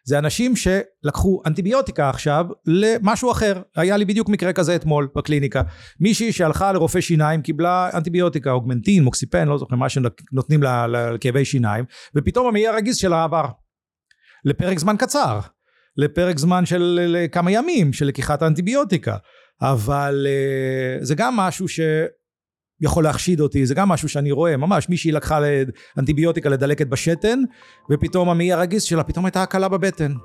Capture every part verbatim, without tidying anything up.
זה אנשים שלקחו אנטיביוטיקה עכשיו למשהו אחר. היה לי בדיוק מקרה כזה אתמול בקליניקה. מישהי שהלכה לרופא שיניים קיבלה אנטיביוטיקה, אוגמנטין, מוקסיפן, לא זוכר מה שנותנים לכאבי שיניים, ופתאום המעי הרגיז שלה עבר. לפרק זמן קצר. לפרק זמן של כמה ימים של לקיחת האנטיביוטיקה. אבל זה גם משהו ש... יכול להחשיד אותי, זה גם משהו שאני רואה, ממש מישהי לקחה אנטיביוטיקה לדלקת בשתן, ופתאום המעי הרגיז שלה, פתאום הייתה הקלה בבטן.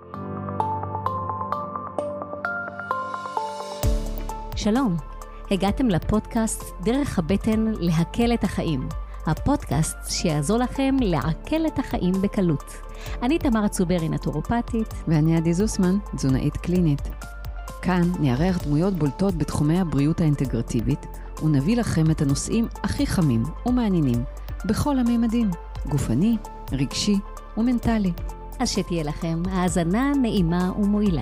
שלום, הגעתם לפודקאסט דרך הבטן להקל את החיים, הפודקאסט שיעזור לכם לעכל את החיים בקלות. אני תמר צוברי, נטורופטית, ואני עדי זוסמן, תזונאית קלינית. כאן נערך דמויות בולטות בתחומי הבריאות האינטגרטיבית, ונביא לכם את הנושאים הכי חמים ומעניינים בכל הממדים, גופני, רגשי ומנטלי. אז שתהיה לכם האזנה נעימה ומועילה.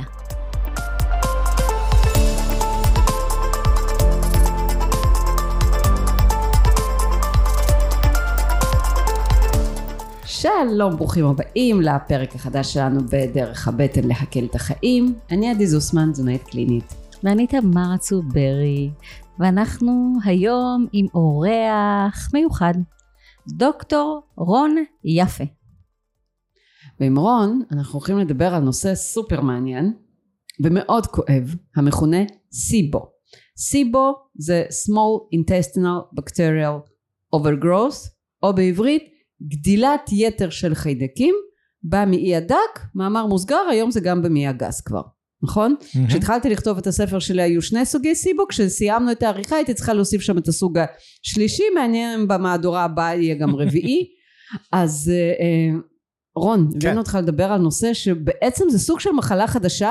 שלום, ברוכים הבאים לפרק החדש שלנו בדרך הבטן להקל את החיים. אני עדי זוסמן, תזונאית קלינית. ואני תמר צוברי. ואנחנו היום עם אורח מיוחד, דוקטור רון יפה. ועם רון אנחנו הולכים לדבר על נושא סופר מעניין ומאוד כואב, המכונה סיבו. סיבו זה Small Intestinal Bacterial Overgrowth, או בעברית גדילת יתר של חיידקים במעי הדק. מאמר מוסגר, היום זה גם במעי הגס כבר. נכון? Mm-hmm. כשהתחלתי לכתוב את הספר שלי היו שני סוגי סיבו, כשסיימנו את העריכה הייתי צריכה להוסיף שם את הסוג השלישי, מעניין במהדורה הבאה יהיה גם רביעי. אז אה, רון, כן. הבאנו אותך לדבר על נושא שבעצם זה סוג של מחלה חדשה,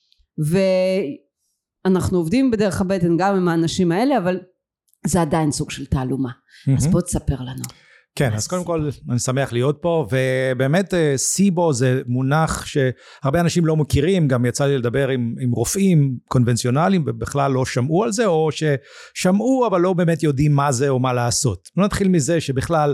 ואנחנו עובדים בדרך הבטן גם עם האנשים האלה, אבל זה עדיין סוג של תעלומה. Mm-hmm. אז בוא תספר לנו. כן, אז קודם כל אני שמח להיות פה, ובאמת סיבו זה מונח שהרבה אנשים לא מכירים, גם יצא לי לדבר עם, עם רופאים קונבנציונליים, ובכלל לא שמעו על זה, או ששמעו אבל לא באמת יודעים מה זה או מה לעשות. נתחיל מזה שבכלל,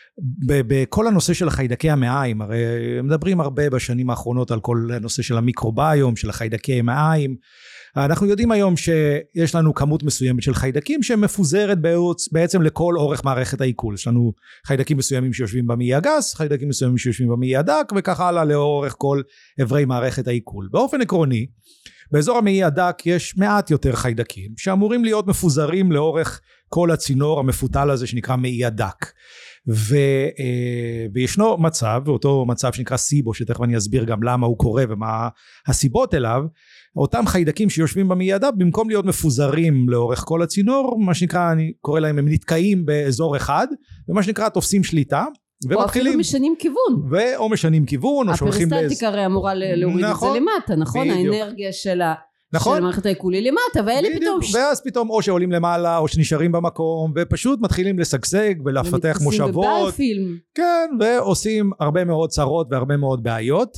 בכל הנושא של החיידקי המעיים, הרי מדברים הרבה בשנים האחרונות על כל הנושא של המיקרוביום, של החיידקי המעיים, אנחנו יודעים היום שיש לנו כמות מסוימת של חיידקים שמפוזרת בעצם לכל אורך מערכת העיכול. יש לנו חיידקים מסוימים שיושבים במעי הגס, חיידקים מסוימים שיושבים במעי הדק, וכך הלאה לאורך כל עברי מערכת העיכול. באופן עקרוני, באזור המעי הדק יש מעט יותר חיידקים שאמורים להיות מפוזרים לאורך כל הצינור המפותל הזה שנקרא מעי הדק. ו, וישנו מצב, ואותו מצב שנקרא סיבו, שתכף אני אסביר גם למה הוא קורה ומה הסיבות אליו, אותם חיידקים שיושבים במעי הדק, במקום להיות מפוזרים לאורך כל הצינור, מה שנקרא, אני קורא להם, הם נתקעים באזור אחד, ומה שנקרא תופסים שליטה, או אפילו משנים כיוון. ו- או משנים כיוון, או שולחים... הפריסטטיקה הרי אמורה להוריד את זה למטה, נכון? האנרגיה של ה... נכון? של מערכת העיכול היא למטה, ואלה פתאום... ואז פתאום או שעולים למעלה, או שנשארים במקום, ופשוט מתחילים לשגשג ולפתח מושבות. כן, ועושים הרבה מאוד צרות והרבה מאוד בעיות,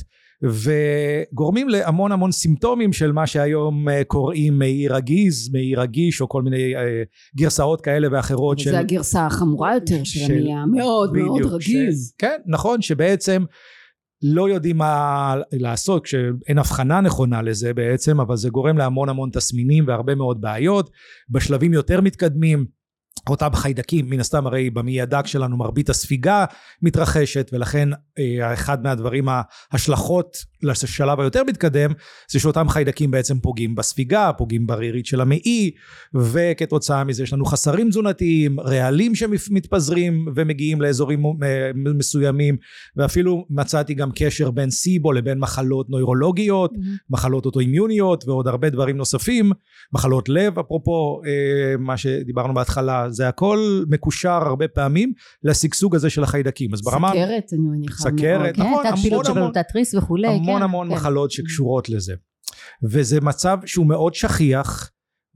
וגורמים להמון המון סימפטומים של מה שהיום קוראים מעי רגיז, מעי רגיש, או כל מיני גרסאות כאלה ואחרות. זה הגרסה החמורה יותר של המעי מאוד מאוד רגיז. כן, נכון, שבעצם... לא יודעים מה לעשות כשאין הבחנה נכונה לזה בעצם, אבל זה גורם להמון המון תסמינים והרבה מאוד בעיות. בשלבים יותר מתקדמים, אותם חיידקים, מן הסתם הרי במעי הדק שלנו מרבית הספיגה מתרחשת, ולכן אחד מהדברים ההשלכות לשלב היותר מתקדם, זה שאותם חיידקים בעצם פוגעים בספיגה, פוגעים ברירית של המעי, וכתוצאה מזה יש לנו חסרים תזונתיים, רעלים שמתפזרים ומגיעים לאזורים מסוימים, ואפילו מצאתי גם קשר בין סיבו לבין מחלות נוירולוגיות, mm-hmm. מחלות אוטואימיוניות ועוד הרבה דברים נוספים, מחלות לב אפרופו מה שדיברנו בהתחלה, זה הכל מקושר הרבה פעמים לסגסוג הזה של החיידקים. אז ברמה... סכרת, אני מניחה. סכרת, נכון, המון המון, תתריס וכולי, המון המון מחלות שקשורות לזה. וזה מצב שהוא מאוד שכיח,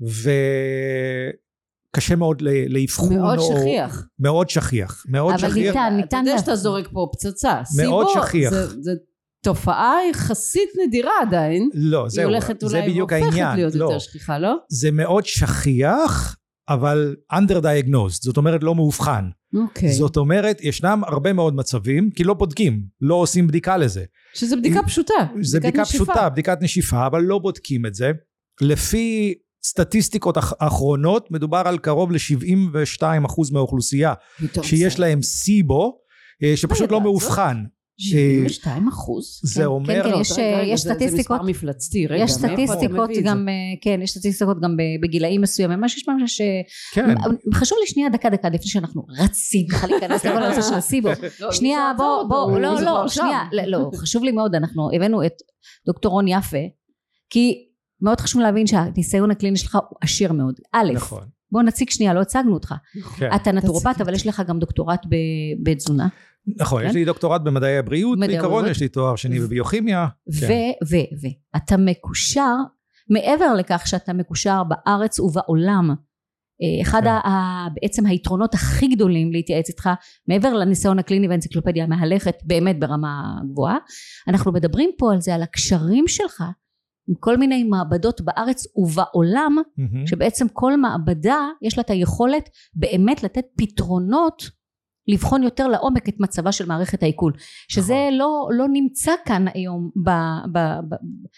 וקשה מאוד לאבחון. מאוד שכיח. מאוד שכיח. מאוד שכיח. אבל ניתן, ניתן. אתה יודע שאתה זורק פה פצצה. מאוד שכיח. זה תופעה יחסית נדירה עדיין. לא, זהו. זה בדיוק העניין. היא הולכת להיות יותר שכיחה, לא? זה מאוד שכיח, אבל under diagnosed, זאת אומרת לא מאובחן. אוקיי. זאת אומרת, ישנם הרבה מאוד מצבים, כי לא בודקים, לא עושים בדיקה לזה. שזה בדיקה פשוטה. זה בדיקה נשיפה. פשוטה, בדיקת נשיפה, אבל לא בודקים את זה. לפי סטטיסטיקות האחרונות, מדובר על קרוב ל-שבעים ושתיים אחוז מהאוכלוסייה, שיש להם סיבו, שפשוט לא מאובחן. שבעים ושתיים אחוז? זה אומר... כן, יש סטטיסטיקות. זה מספר מפלצתי, רגע. יש סטטיסטיקות גם, כן, יש סטטיסטיקות גם בגילאים מסוימים. מה שיש ממש ש... חשוב לי שנייה, דקה, דקה, לפני שאנחנו רצים, בכלל להיכנס לכל הנושא של הסיבו. שנייה, בוא, בוא, לא, לא, שנייה, לא, חשוב לי מאוד, אנחנו הבאנו את דוקטור רון יפה, כי מאוד חשוב להבין שהניסיון הקליני שלך הוא עשיר מאוד. א', בוא נציג שנייה, לא הצגנו אותך. אתה נטורופט, אבל יש לך גם דוקטורט בתזונה. נכון, יש לי דוקטורט במדעי הבריאות, בעיקרון יש לי תואר שני בביוכימיה. ו, ו, ו, אתה מקושר, מעבר לכך שאתה מקושר בארץ ובעולם, אחד בעצם היתרונות הכי גדולים להתייעץ איתך, מעבר לניסיון הקליני והאנציקלופדיה המהלכת באמת ברמה גבוהה, אנחנו מדברים פה על זה, על הקשרים שלך, עם כל מיני מעבדות בארץ ובעולם, שבעצם כל מעבדה יש לה את היכולת באמת לתת פתרונות, לבחון יותר לעומק את מצבה של מערכת העיכול, שזה לא, לא נמצא כאן היום ב, ב, ב,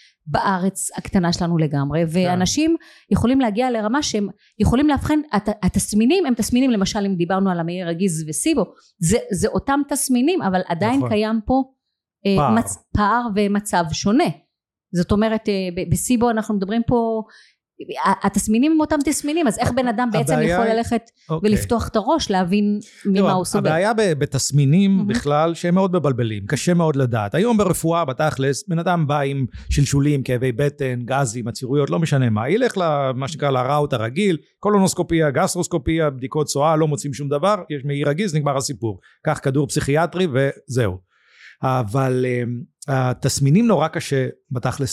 בארץ הקטנה שלנו לגמרי, ואנשים יכולים להגיע לרמה שהם יכולים להבחן, הת, התסמינים הם תסמינים, למשל אם דיברנו על המאיר הגיז וסיבו, זה, זה אותם תסמינים, אבל עדיין נכון. קיים פה פער. מצ, פער ומצב שונה, זאת אומרת בסיבו אנחנו מדברים פה, התסמינים הם אותם תסמינים, אז איך בן אדם בעצם יכול ללכת ולפתוח את הראש, להבין ממה הוא סובל. הבעיה בתסמינים בכלל שהם מאוד מבלבלים, קשה מאוד לדעת. היום ברפואה בתכלס, בן אדם בא עם שלשולים, כאבי בטן, גזים, עצירויות, לא משנה מה, ילך למה שנקרא לראוט הרגיל, קולונוסקופיה, גסטרוסקופיה, בדיקות צואה, לא מוצאים שום דבר, יש מאיר רגיז, נגמר הסיפור. קח כדור פסיכיאטרי וזהו. אבל התסמינים נורא קשה בתכלס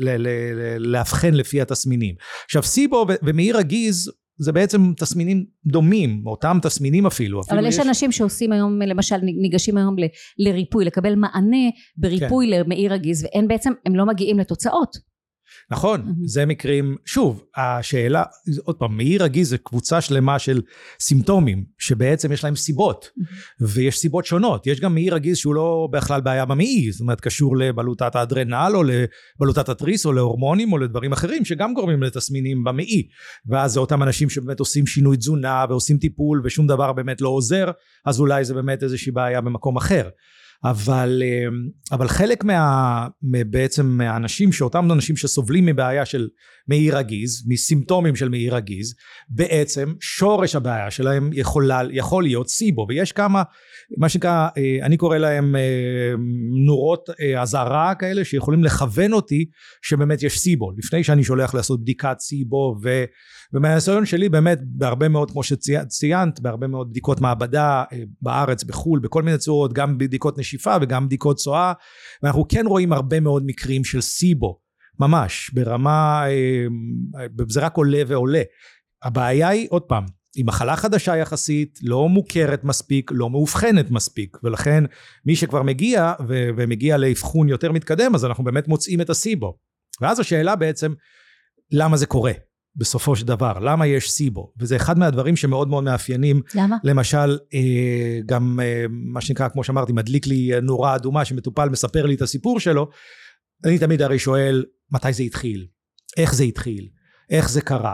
להבחן לפי התסמינים. עכשיו סיבו ומאיר הגיז זה בעצם תסמינים דומים, אותם תסמינים אפילו. אבל יש אנשים שעושים היום, למשל ניגשים היום לריפוי, לקבל מענה בריפוי למאיר הגיז, ואין בעצם, הם לא מגיעים לתוצאות. נכון, mm-hmm. זה מקרים, שוב, השאלה, עוד פעם, מאיר הגיז זה קבוצה שלמה של סימפטומים, שבעצם יש להם סיבות, mm-hmm. ויש סיבות שונות, יש גם מאיר הגיז שהוא לא בכלל בעיה במעי, זאת אומרת, קשור לבלוטת האדרנל, או לבלוטת התריס, או להורמונים, או לדברים אחרים, שגם גורמים לתסמינים במעי, ואז זה אותם אנשים שבאמת עושים שינוי תזונה, ועושים טיפול, ושום דבר באמת לא עוזר, אז אולי זה באמת איזושהי בעיה במקום אחר. אבל, אבל חלק מה, בעצם מהאנשים, שאותם אנשים שסובלים מבעיה של מאיר הגיז, מסימפטומים של מאיר הגיז, בעצם שורש הבעיה שלהם יכול, יכול להיות סיבו, ויש כמה, מה שנקרא, אני קורא להם נורות אזהרה כאלה, שיכולים לכוון אותי שבאמת יש סיבו, לפני שאני שולח לעשות בדיקת סיבו, ו, ומהניסיון שלי באמת, בהרבה מאוד, כמו שציינת, בהרבה מאוד בדיקות מעבדה, בארץ, בחול, בכל מיני צורות, גם בדיקות נשיפה וגם בדיקות צואה, ואנחנו כן רואים הרבה מאוד מקרים של סיבו, ממש, ברמה, זה רק עולה ועולה. הבעיה היא, עוד פעם, היא מחלה חדשה יחסית, לא מוכרת מספיק, לא מאובחנת מספיק, ולכן מי שכבר מגיע, ו- ומגיע לאבחון יותר מתקדם, אז אנחנו באמת מוצאים את הסיבו. ואז השאלה בעצם, למה זה קורה? בסופו של דבר, למה יש סיבו? וזה אחד מהדברים שמאוד מאוד מאפיינים. למה? למשל, גם מה שנקרא, כמו שאמרתי, מדליק לי נורה אדומה, שמטופל מספר לי את הסיפור שלו, אני תמיד הרי שואל, מתי זה התחיל? איך זה התחיל? איך זה קרה?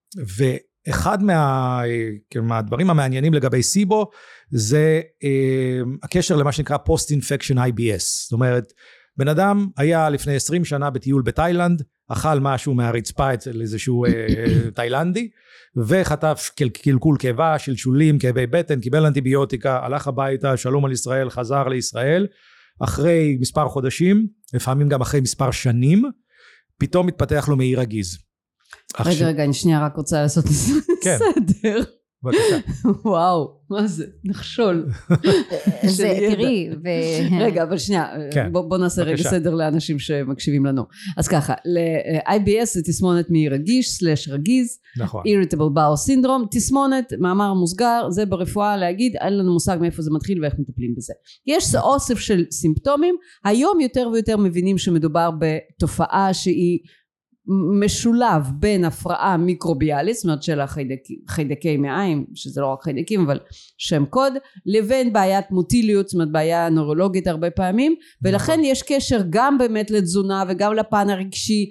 ואחד מה, מהדברים המעניינים לגבי סיבו, זה הקשר למה שנקרא Post-Infection I B S. זאת אומרת, בן אדם היה לפני עשרים שנה בטיול בתאילנד, אכל משהו מהרצפה אצל איזשהו תאילנדי, וחטף קלקול קיבה, שלשולים, כאבי בטן, קיבל אנטיביוטיקה, הלך הביתה, שלום על ישראל, חזר לישראל, אחרי מספר חודשים, לפעמים גם אחרי מספר שנים, פתאום מתפתח לו מאיר הגיז. רגע, רגע, אני שנייה רק רוצה לעשות סדר. בבקשה. וואו, מה זה? נחשול. זה, תראי. רגע, אבל שנייה, בוא נעשה רגע סדר לאנשים שמקשיבים לנו. אז ככה, ל-איי בי אס זה תסמונת מאיר הגיז, סלש רגיז, irritable bowel syndrome, תסמונת, מאמר מוסגר, זה ברפואה להגיד, אין לנו מושג מאיפה זה מתחיל ואיך מטפלים בזה. יש אוסף של סימפטומים, היום יותר ויותר מבינים שמדובר בתופעה שהיא משולב בין הפרעה מיקרוביאלית, זאת אומרת של החיידקי, חיידקי מעיים, שזה לא רק חיידקים אבל שם קוד, לבין בעיית מוטיליות, זאת אומרת בעיה נוירולוגית הרבה פעמים, ולכן נכון. יש קשר גם באמת לתזונה וגם לפן הרגשי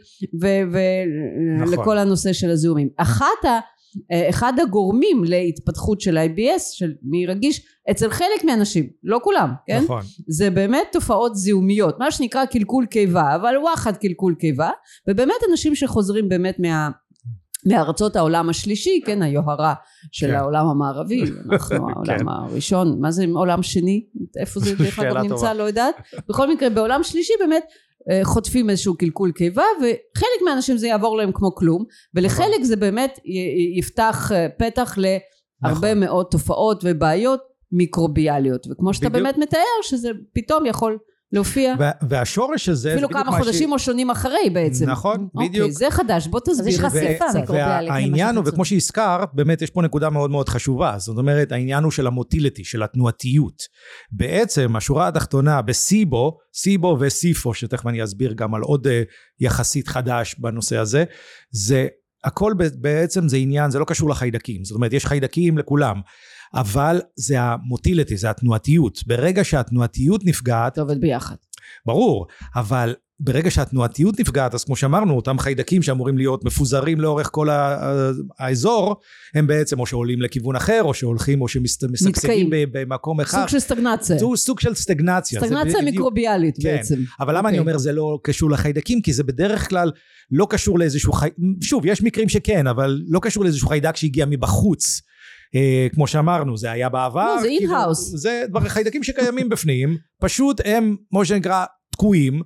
ולכל נכון. הנושא של הזיהומים. אחת ה... אחד הגורמים להתפתחות של איי בי אס, של מי רגיש, אצל חלק מהאנשים, לא כולם, כן? נכון. זה באמת תופעות זיהומיות, מה שנקרא קלקול קיבה, אבל וואחד קלקול קיבה, ובאמת אנשים שחוזרים באמת מה... מארצות העולם השלישי, כן, היוהרה של כן. העולם המערבי, אנחנו העולם כן. הראשון, מה זה עולם שני? איפה זה דרך אגב נמצא? טובה. לא יודעת. בכל מקרה, בעולם שלישי באמת, חוטפים איזשהו קלקול קיבה, וחלק מהאנשים זה יעבור להם כמו כלום, ולחלק זה באמת יפתח פתח להרבה מאוד תופעות ובעיות מיקרוביאליות, וכמו שאתה באמת מתאר, שזה פתאום יכול להופיע. והשורש הזה... אפילו כמה חודשים או שונים אחרי בעצם. נכון, בדיוק. אוקיי, זה חדש, בוא תסביר. אז יש חשיפה מיקרוביאלית. והעניין הוא, וכמו שהזכרת, באמת יש פה נקודה מאוד מאוד חשובה, זאת אומרת, העניין הוא של המוטיליטי, של התנועתיות. בעצם, השורה התחתונה בסיבו, סיבו וסיפו, שתכף אני אסביר גם על עוד יחסית חדש בנושא הזה, זה הכל בעצם זה עניין, זה לא קשור לחיידקים, זאת אומרת, יש חיידקים לכולם. אבל זה המוטיליטי, זה התנועתיות. ברגע שהתנועתיות נפגעת... זה עובד ביחד. ברור, אבל ברגע שהתנועתיות נפגעת, אז כמו שאמרנו, אותם חיידקים שאמורים להיות מפוזרים לאורך כל האזור, הם בעצם או שעולים לכיוון אחר, או שהולכים, או שמסגסגים במקום אחד. סוג של סטגנציה. סוג של סטגנציה. סטגנציה מיקרוביאלית בעצם. אבל למה אני אומר זה לא קשור לחיידקים? כי זה בדרך כלל לא קשור לאיזשהו חיידק, שוב, יש מקרים שכן, אבל לא קשור לאיזשהו חיידק שהגיע מבחוץ. Uh, כמו שאמרנו, זה היה בעבר, no, זה אין-האוס, זה דבר חיידקים שקיימים בפנים, פשוט הם, כמו שנקרא, תקועים,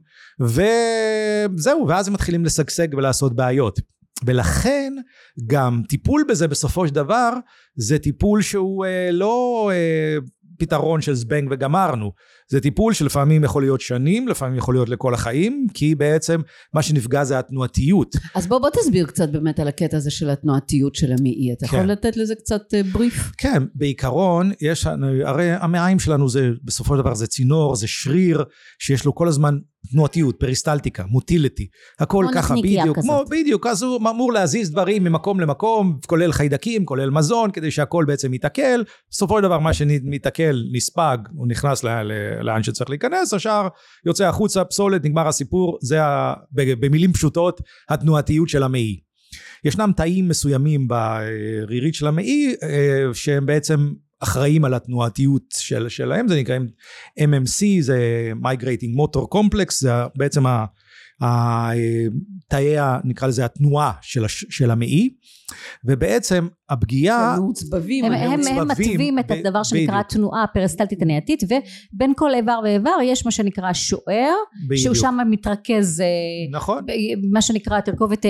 וזהו, ואז הם מתחילים לשגשג ולעשות בעיות. ולכן גם טיפול בזה בסופו של דבר, זה טיפול שהוא uh, לא uh, פתרון של זבנג וגמרנו, זה טיפול שלפעמים יכול להיות שנים, לפעמים יכול להיות לכל החיים, כי בעצם מה שנפגע זה התנועתיות. אז בוא, בוא תסביר קצת באמת על הקטע הזה של התנועתיות של המעי, אתה כן. יכול לתת לזה קצת בריף? כן, בעיקרון, יש, הרי המעיים שלנו זה, בסופו של דבר זה צינור, זה שריר, שיש לו כל הזמן תנועתיות, פריסטלטיקה, מוטיליטי, הכל ככה בדיוק, כמו, בדיוק, אז הוא אמור להזיז דברים ממקום למקום, כולל חיידקים, כולל מזון, כדי שהכל בעצם יתעכל, בסופו של דבר מה שמתעכל נספג, הוא נכנס ל, ל, לאן שצריך להיכנס, השאר יוצא החוצה, פסולת, נגמר הסיפור, זה ה, במילים פשוטות, התנועתיות של המעי. ישנם תאים מסוימים ברירית של המעי, שהם בעצם אחראים על התנועתיות של, שלהם, זה נקראים אם אם סי, זה Migrating Motor Complex, זה בעצם התאי, נקרא לזה התנועה של, של המעי, ובעצם הפגיעה, הם מעוצבבים, הם, הם, הם מתווים את הדבר שנקרא תנועה פריסטלטית הנעתית, ובין כל איבר ואיבר יש מה שנקרא שוער, שהוא שם מתרכז, נכון. מה שנקרא תרכובת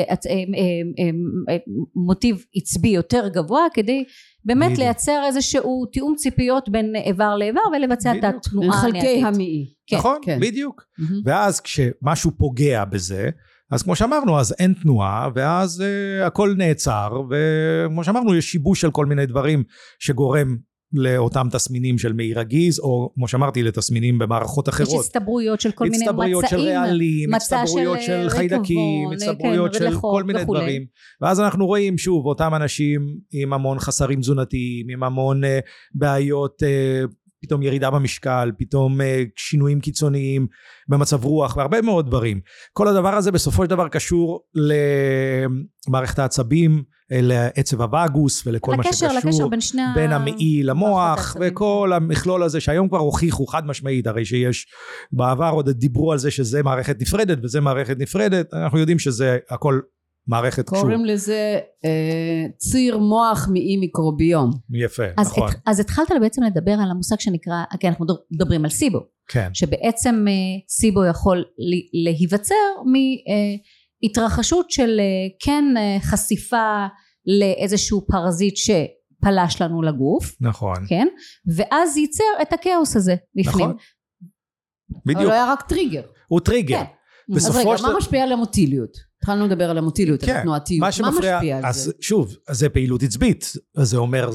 מוטיב עצבי יותר גבוה, כדי באמת בדיוק. לייצר איזשהו תיאום ציפיות בין איבר לאיבר, ולבצע בדיוק. את התנועה הנעתית. חלקי המעי. כן. נכון, כן. בדיוק. Mm-hmm. ואז כשמשהו פוגע בזה, אז כמו שאמרנו, אז אין תנועה, ואז uh, הכל נעצר, וכמו שאמרנו, יש שיבוש של כל מיני דברים שגורם לאותם תסמינים של מעי רגיז, או כמו שאמרתי, לתסמינים במערכות אחרות. יש הצטברויות של כל מיני מצעים, הצטברויות של רעלים, הצטברויות של, של חיידקים, הצטברויות כן, של ולחוק, כל מיני וכולי. דברים. ואז אנחנו רואים שוב, אותם אנשים עם המון חסרים תזונתיים, עם המון uh, בעיות, uh, פתאום ירידה במשקל, פתאום uh, שינויים קיצוניים במצב רוח, והרבה מאוד דברים. כל הדבר הזה בסופו של דבר קשור למערכת העצבים, לעצב הווגוס ולכל מה שקשור לקשר בין, שני בין המעי למוח וכל המכלול הזה שהיום כבר הוכיחו חד משמעית, הרי שיש בעבר עוד דיברו על זה שזה מערכת נפרדת וזה מערכת נפרדת, אנחנו יודעים שזה הכל מערכת קשור. קוראים לזה אה, ציר מוח מעי מיקרוביום. יפה, אז נכון. את, אז התחלת בעצם לדבר על המושג שנקרא, כן, אנחנו מדברים על סיבו, כן. שבעצם אה, סיבו יכול להיווצר מהתרחשות של אה, כן אה, חשיפה לאיזשהו פרזיט שפלש לנו לגוף, נכון, כן, ואז ייצר את הכאוס הזה בפנים. נכון. בדיוק. אבל לא היה רק טריגר. הוא טריגר. כן. אז רגע, מה משפיע על המוטיליות? התחלנו לדבר על המוטיליות, על התנועתיות, מה משפיע על זה? אז שוב, זה פעילות עצבית, זה אומר, זה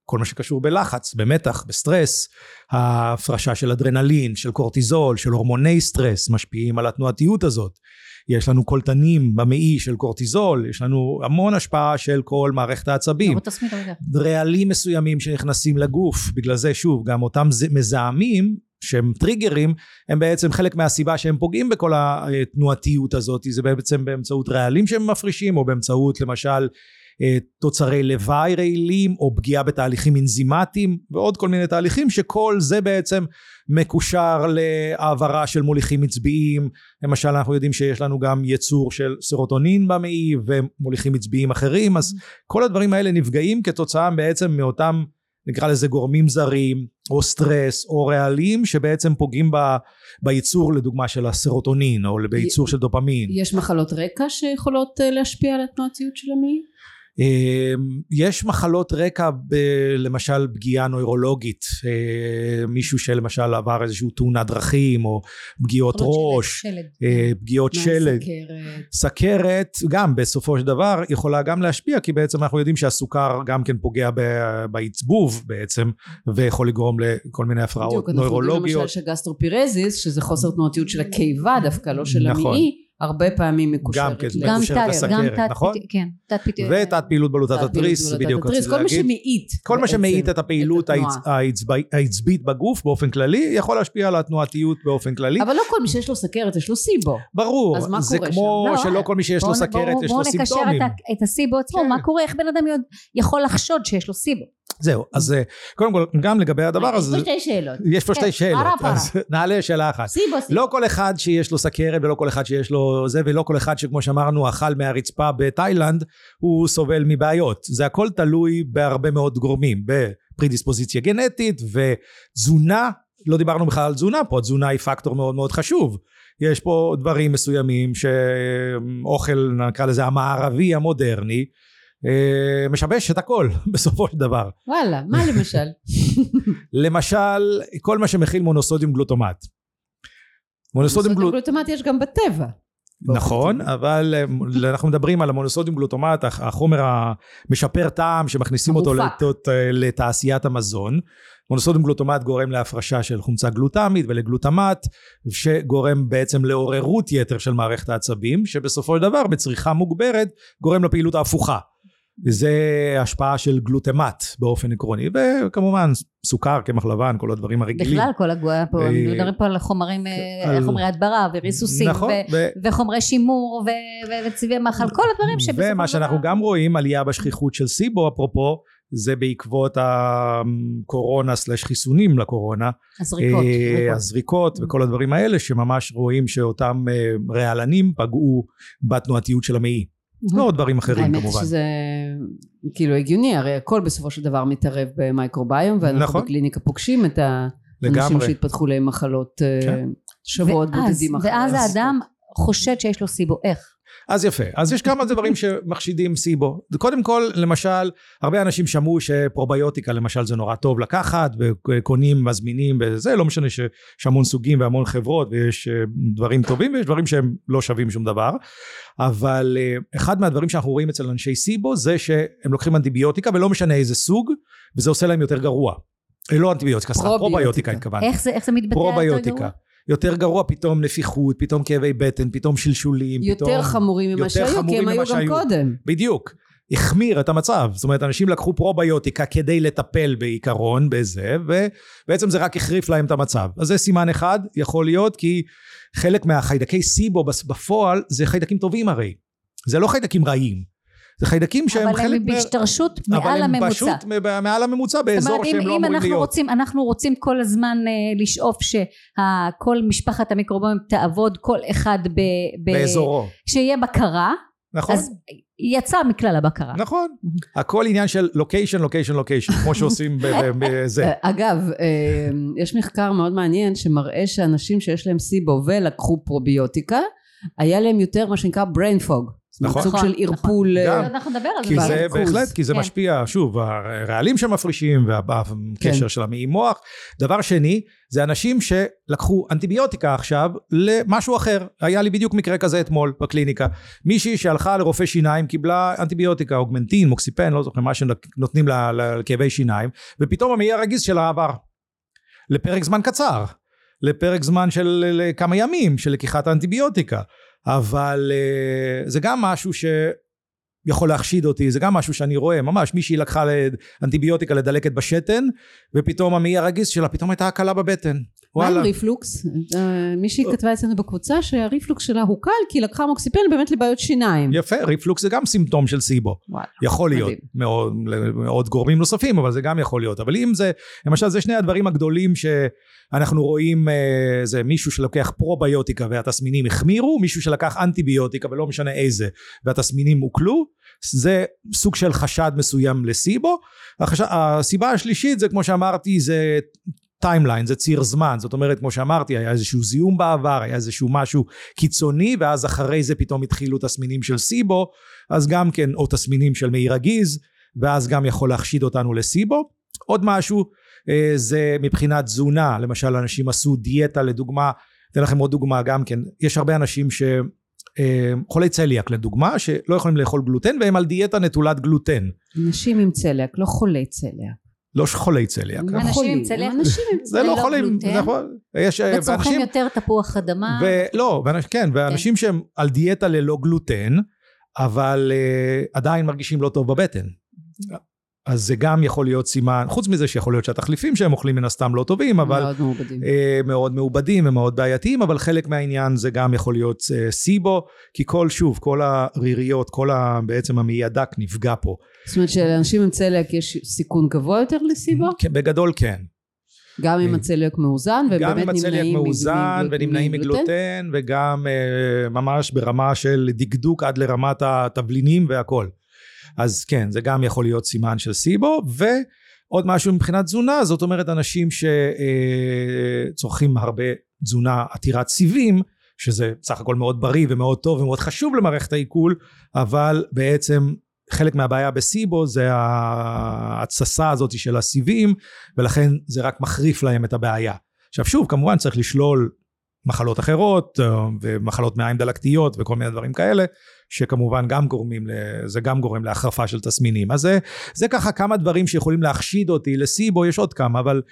כל מה שקשור בלחץ, במתח, בסטרס, ההפרשה של אדרנלין, של קורטיזול, של הורמוני סטרס, משפיעים על התנועתיות הזאת. יש לנו קולטנים במעי של קורטיזול, יש לנו המון השפעה של כל מערכת העצבים. רעלים מסוימים שנכנסים לגוף, בגלל זה שוב, גם אותם מזהמים, שהם טריגרים, הם בעצם חלק מהסיבה שהם פוגעים בכל התנועתיות הזאת, זה בעצם באמצעות רעלים שהם מפרישים, או באמצעות למשל תוצרי לוואי רעילים, או פגיעה בתהליכים אנזימטיים, ועוד כל מיני תהליכים שכל זה בעצם מקושר להעברה של מוליכים עצביים. למשל אנחנו יודעים שיש לנו גם יצור של סרוטונין במעי, ומוליכים עצביים אחרים, אז כל הדברים האלה נפגעים כתוצאה בעצם מאותם, נקרא לזה גורמים זרים, או סטרס, או רעלים, שבעצם פוגעים ב, בייצור לדוגמה של הסרוטונין, או בייצור של דופמין. יש מחלות רקע שיכולות להשפיע על התנועתיות של המעי? יש מחלות רקע, למשל פגיעה נוירולוגית, מישהו שלמשל עבר איזשהו תאונת דרכים, או פגיעות ראש, פגיעות שלד, סכרת, גם בסופו של דבר יכולה גם להשפיע, כי בעצם אנחנו יודעים שהסוכר גם כן פוגע בעצבוב בעצם, ויכול לגרום לכל מיני הפרעות נוירולוגיות. אנחנו יודעים למשל שגסטרופירזיס, שזה חוסר תנועתיות של הקיבה דווקא, לא של המעי, הרבה פעמים מקושרת. גם מקושרת לסכרת, נכון? כן, ותת פעילות בלוטת התריס, בדיוק רציתי להגיד. כל מה שמעיט. כל מה שמעיט את הפעילות העצבית בגוף באופן כללי, יכול להשפיע על התנועתיות באופן כללי. אבל לא כל מי שיש לו סכרת יש לו סיבו. ברור, זה כמו שלא כל מי שיש לו סכרת יש לו סימפטומים. בואו נקשר את הסיבו עצמו, מה קורה, איך בן אדם יכול לחשוד שיש לו סיבו? זהו, אז קודם כל גם לגבי הדבר הזה, יש פה שתי שאלות. יש פה שתי שאלות, אז נעלה שאלה אחת. סיבו, סיבו. לא כל אחד שיש לו סכרת ולא כל אחד שיש לו זה, ולא כל אחד שכמו שאמרנו אכל מהרצפה בתאילנד, הוא סובל מבעיות. זה הכל תלוי בהרבה מאוד גורמים, בפרדיספוזיציה גנטית ותזונה. לא דיברנו בכלל על תזונה פה, תזונה היא פקטור מאוד מאוד חשוב. יש פה דברים מסוימים שאוכל, נקרא לזה המערבי המודרני, משבש את הכל בסופו של דבר. וואלה, מה למשל? למשל, כל מה שמכיל מונוסודיום גלוטומט. מונוסודיום גלוטומט יש גם בטבע. נכון, אבל אנחנו מדברים על המונוסודיום גלוטומט, החומר המשפר טעם שמכניסים אותו לתעשיית המזון. מונוסודיום גלוטומט גורם להפרשה של חומצה גלוטמית ולגלוטמט, שגורם בעצם לעוררות יתר של מערכת העצבים, שבסופו של דבר בצריכה מוגברת גורם לפעילות ההפוכה. וזה השפעה של גלוטמט באופן עקרוני, וכמובן סוכר, קמח לבן, כל הדברים הרגילים. בכלל כל הגויה פה, מדברים פה על חומרים, חומרי הדברה וריסוסים, וחומרי שימור וצבעי מאכל, כל הדברים שבסופו של דבר. ומה שאנחנו גם רואים, עלייה בשכיחות של סיבו, אפרופו, זה בעקבות הקורונה סלש חיסונים לקורונה. הזריקות. הזריקות וכל הדברים האלה, שממש רואים שאותם רעלנים פגעו בתנועתיות של המעי. לא עוד דברים אחרים כמובן. האמת שזה כאילו הגיוני, הרי הכל בסופו של דבר מתערב במייקרוביום, ואנחנו בקליניקה פוגשים את האנשים שהתפתחו להם מחלות שבועות בודדים אחרי. ואז האדם חושד שיש לו סיבו, איך? אז יפה, אז יש כמה דברים שמחשידים סיבו. קודם כל, למשל, הרבה אנשים שמעו שפרוביוטיקה למשל זה נורא טוב לקחת, וקונים, מזמינים וזה, לא משנה שיש המון סוגים והמון חברות, ויש דברים טובים ויש דברים שהם לא שווים שום דבר, אבל אחד מהדברים שאנחנו רואים אצל אנשי סיבו, זה שהם לוקחים אנטיביוטיקה ולא משנה איזה סוג, וזה עושה להם יותר גרוע. לא אנטיביוטיקה, סליחה, פרוביוטיקה התכוונתי. איך זה, איך זה מתבטא יותר גרוע? יותר גרוע, פתאום נפיחות, פתאום כאבי בטן, פתאום שלשולים, יותר פתאום, חמורים ממה שהיו, כי הם היו גם קודם. בדיוק, החמיר את המצב. זאת אומרת, אנשים לקחו פרוביוטיקה כדי לטפל בעיקרון בזה, ובעצם זה רק החריף להם את המצב. אז זה סימן אחד, יכול להיות, כי חלק מהחיידקי סיבו בפועל, זה חיידקים טובים הרי. זה לא חיידקים רעים. זה חיידקים שהם אבל חלק... אבל הם בהשתרשות מעל הממוצע. אבל הם פשוט מעל הממוצע, באזור שהם לא אמורים להיות. רוצים, אנחנו רוצים כל הזמן uh, לשאוף שכל משפחת המיקרוביום תעבוד כל אחד ב, ב, באזורו. שיהיה בקרה. נכון. אז יצא מכלל הבקרה. נכון. הכל עניין של לוקיישן, לוקיישן, לוקיישן, כמו שעושים בזה. אגב, יש מחקר מאוד מעניין שמראה שאנשים שיש להם סיבו ולקחו פרוביוטיקה, היה להם יותר מה שנקרא brain fog. נכון. סוג של ערפול. אנחנו נדבר על זה. כי זה בהחלט, כי זה משפיע, שוב, הרעלים שמפרישים והקשר של המעי מוח. דבר שני, זה אנשים שלקחו אנטיביוטיקה עכשיו למשהו אחר. היה לי בדיוק מקרה כזה אתמול בקליניקה. מישהי שהלכה לרופא שיניים קיבלה אנטיביוטיקה, אוגמנטין, מוקסיפן, לא זוכר מה שנותנים לכאבי שיניים, ופתאום המעי הרגיז שלה עבר. לפרק זמן קצר. לפרק זמן של כמה ימים של לקיחת האנטיביוטיקה. אבל uh, זה גם משהו שיכול להחשיד אותי, זה גם משהו שאני רואה, ממש מישהי לקחה אנטיביוטיקה לדלקת בשתן, ופתאום המעי הרגיז שלה, פתאום הייתה הקלה בבטן. מה עם ריפלוקס? מישהי כתבה אצלנו בקבוצה שהריפלוקס שלה הוא קל, כי לקחה מוקסיפן באמת לבעיות שיניים. יפה, ריפלוקס זה גם סימפטום של סיבו. יכול להיות, מאוד, מאוד גורמים נוספים, אבל זה גם יכול להיות. אבל אם זה, למשל, זה שני הדברים הגדולים שאנחנו רואים, זה מישהו שלוקח פרוביוטיקה והתסמינים החמירו, מישהו שלקח אנטיביוטיקה ולא משנה איזה, והתסמינים הוקלו, זה סוג של חשד מסוים לסיבו. החשד, הסיבה השלישית זה כמו שאמרתי, זה טיימליין, זה ציר זמן, זאת אומרת כמו שאמרתי היה איזשהו זיהום בעבר, היה איזשהו משהו קיצוני, ואז אחרי זה פתאום התחילו תסמינים של סיבו, אז גם כן או תסמינים של מעי רגיז, ואז גם יכול להחשיד אותנו לסיבו. עוד משהו זה מבחינת תזונה, למשל אנשים עשו דיאטה לדוגמה, אתן לכם עוד דוגמה גם כן, יש הרבה אנשים ש... חולי צליאק לדוגמה, שלא יכולים לאכול גלוטן, והם על דיאטה נטולת גלוטן. אנשים עם צליאק, לא חולי צליאק. לא חולי צליאק. אנשים עם צליאק, זה לא חולים, נכון. וצורכים יותר תפוח אדמה. לא, כן, ואנשים שהם על דיאטה ללא גלוטן, אבל עדיין מרגישים לא טוב בבטן. אז זה גם יכול להיות סימן, חוץ מזה שיכול להיות שהתחליפים שהם אוכלים מן הסתם לא טובים, אבל מאוד מעובדים, מאוד מעובדים ומאוד בעייתיים, אבל חלק מהעניין זה גם יכול להיות סיבו, כי כל שוב, כל הריריות, כל ה, בעצם המעי הדק נפגע פה. זאת אומרת שלאנשים עם צליאק יש סיכון גבוה יותר לסיבו? בגדול כן. גם אם הצליאק מאוזן, ובאמת נמנעים מאוזן ונמנעים מגלוטן, וגם ממש ברמה של דקדוק עד לרמת התבלינים והכל. אז כן, זה גם יכול להיות סימן של סיבו, ועוד משהו מבחינת תזונה, זאת אומרת אנשים שצורכים הרבה תזונה עתירת סיבים, שזה סך הכל מאוד בריא ומאוד טוב ומאוד חשוב למערכת העיכול, אבל בעצם חלק מהבעיה בסיבו זה ההתססה הזאת של הסיבים, ולכן זה רק מחריף להם את הבעיה. עכשיו שוב, כמובן צריך לשלול מחלות אחרות, ומחלות מעיים דלקתיות וכל מיני דברים כאלה, שכמובן גם גורמים, זה גם גורם להחרפה של תסמינים. אז זה, זה ככה כמה דברים שיכולים להחשיד אותי לסיבו, יש עוד כמה, אבל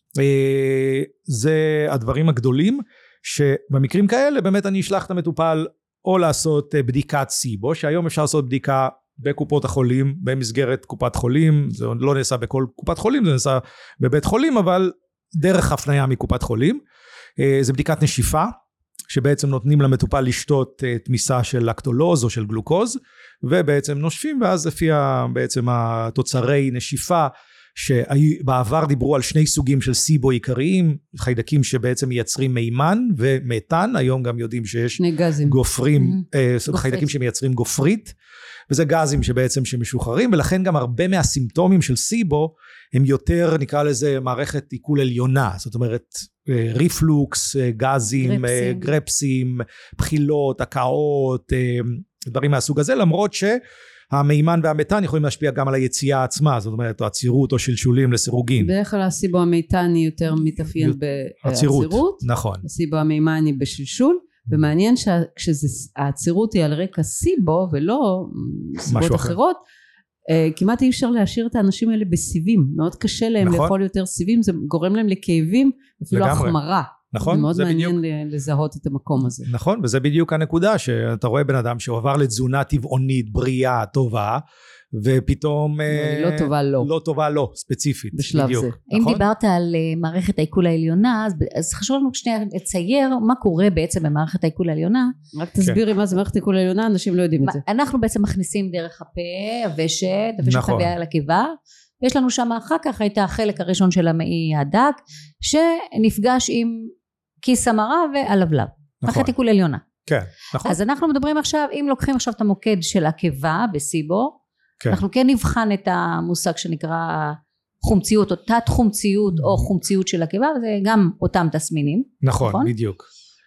אה, זה הדברים הגדולים, שבמקרים כאלה באמת אני אשלח את המטופל, או לעשות בדיקת סיבו, שהיום אפשר לעשות בדיקה בקופות החולים, במסגרת קופת חולים, זה לא נעשה בכל קופת חולים, זה נעשה בבית חולים, אבל דרך הפניה מקופת חולים, זה בדיקת נשיפה, שבעצם נותנים למטופל לשתות תמיסה של לקטולוז או של גלוקוז, ובעצם נושפים, ואז לפי בעצם התוצרי נשיפה, שבעבר דיברו על שני סוגים של סיבו עיקריים, חיידקים שבעצם מייצרים מימן ומתן, היום גם יודעים שיש גופרים, mm-hmm. חיידקים שמייצרים גופרית, וזה גזים שבעצם שמשוחררים, ולכן גם הרבה מהסימפטומים של סיבו, הם יותר נקרא לזה מערכת עיכול עליונה, זאת אומרת ריפלוקס, גזים, גרפסים, גרפסים בחילות, הקאות, דברים מהסוג הזה, למרות שהמימן והמתן יכולים להשפיע גם על היציאה עצמה, זאת אומרת העצירות או שלשולים לסירוגין. בדרך כלל הסיבו המיתני יותר מתאפיין בעצירות, נכון. הסיבו המימני בשלשול, ומעניין שהעצירות היא על רקע סיבו ולא סיבות אחרות, כמעט אי אפשר להשאיר את האנשים האלה בסיבים, מאוד קשה להם נכון. לאכול יותר סיבים, זה גורם להם לכאבים, אפילו לגמרי. החמרה. נכון, מאוד זה מעניין בדיוק לזהות את המקום הזה. נכון, וזה בדיוק הנקודה שאתה רואה בן אדם שעבר לתזונה טבעונית, בריאה, טובה, ופתאום לא טובה לא. לא טובה לא, ספציפית. בשלב בדיוק, זה. אם נכון? דיברת על מערכת העיכול העליונה, אז, אז חשוב לנו שנייה לצייר מה קורה בעצם במערכת העיכול העליונה. רק תסבירי כן. מה זה מערכת העיכול העליונה, אנשים לא יודעים את זה. אנחנו בעצם מכניסים דרך הפה, הוושט, הוושט נכון. מביאה על הקיבה, ויש לנו שם אחר כך את החלק הראשון של המעי הדק, שנפגש עם כיס המרה והלבלב. נכון. מערכת עיכול עליונה. כן, נכון. אז אנחנו מדברים עכשיו, אם לוקחים עכשיו את המוקד של הקיבה בסיבו, כן. אנחנו כן נבחן את המושג שנקרא חומציות או תת חומציות או חומציות של הקיבה, וזה גם אותם תסמינים. נכון, נכון? בדיוק.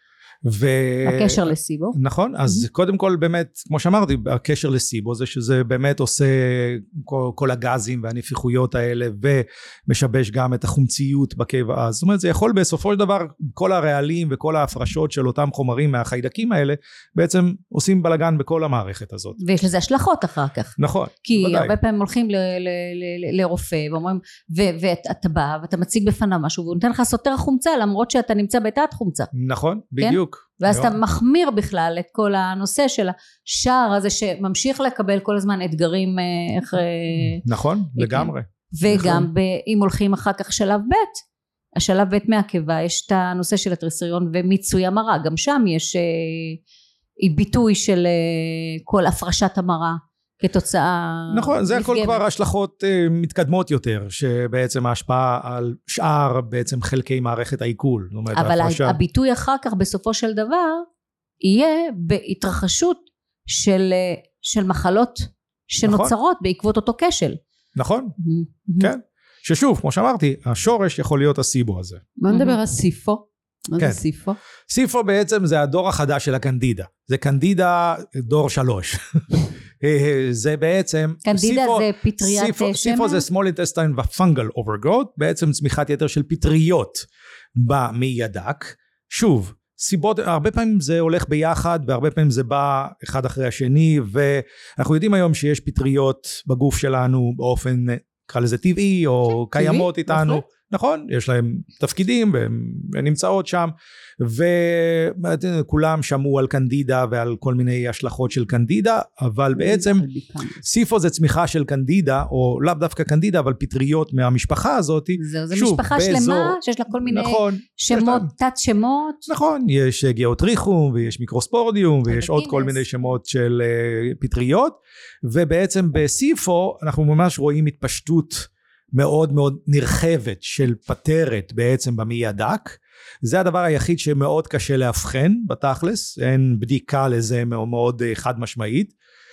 ו... הקשר לסיבו. נכון, אז mm-hmm. קודם כל באמת, כמו שאמרתי, הקשר לסיבו זה שזה באמת עושה כל, כל הגזים והנפיחויות האלה, ומשבש גם את החומציות בקיבה. זאת אומרת, זה יכול בסופו של דבר, כל הרעלים וכל ההפרשות של אותם חומרים מהחיידקים האלה, בעצם עושים בלגן בכל המערכת הזאת. ויש לזה השלכות אחר כך. נכון, כי ודאי. הרבה פעמים הולכים ל- ל- ל- לרופא, ואומרים, ו- ואתה בא, ואתה מציג בפניו משהו, והוא נותן לך סותר חומצה, למרות שאתה נמצא בתת חומצה. נכון, בדיוק. ואז אתה מחמיר בכלל את כל הנושא של השער הזה שממשיך לקבל כל הזמן אתגרים איך... נכון, לגמרי. וגם אם הולכים אחר כך שלב ב', השלב ב' מהקיבה יש את הנושא של הטריסריון ומיצוי המרה, גם שם יש ביטוי של כל הפרשת המרה כתוצאה... נכון, זה הכל כבר השלכות מתקדמות יותר, שבעצם ההשפעה על שאר בעצם חלקי מערכת העיכול. אבל הביטוי אחר כך בסופו של דבר, יהיה בהתרחשות של, של מחלות שנוצרות בעקבות אותו כשל. נכון, כן. ששוב, כמו שאמרתי, השורש יכול להיות הסיבו הזה. מה נדבר על סיפו? מה זה סיפו? סיפו בעצם זה הדור החדש של הקנדידה. זה קנדידה דור שלוש. זה בעצם... קנדידה זה פטריית שמן? סיפו זה small intestine ו-fungal overgrowth, בעצם צמיחת יתר של פטריות במעי הדק. שוב, סיבות, הרבה פעמים זה הולך ביחד, והרבה פעמים זה בא אחד אחרי השני, ואנחנו יודעים היום שיש פטריות בגוף שלנו באופן, נקרא לזה טבעי, או קיימות איתנו. נכון, יש להם תפקידים והן נמצאות שם, וכולם שמעו על קנדידה ועל כל מיני השלכות של קנדידה, אבל בעצם סיפו זה צמיחה של קנדידה, או לאו דווקא קנדידה, אבל פטריות מהמשפחה הזאת. זה משפחה שלמה שיש לה כל מיני שמות, תת שמות. נכון, יש גיאוטריכום ויש מיקרוספורדיום ויש עוד כל מיני שמות של פטריות, ובעצם בסיפו אנחנו ממש רואים התפשטות מאוד מאוד נרחבת של פטרת בעצם במעי הדק. זה הדבר היחיד שמאוד קשה להבחן בתכלס, אין בדיקה לזה מאוד, מאוד חד משמעית,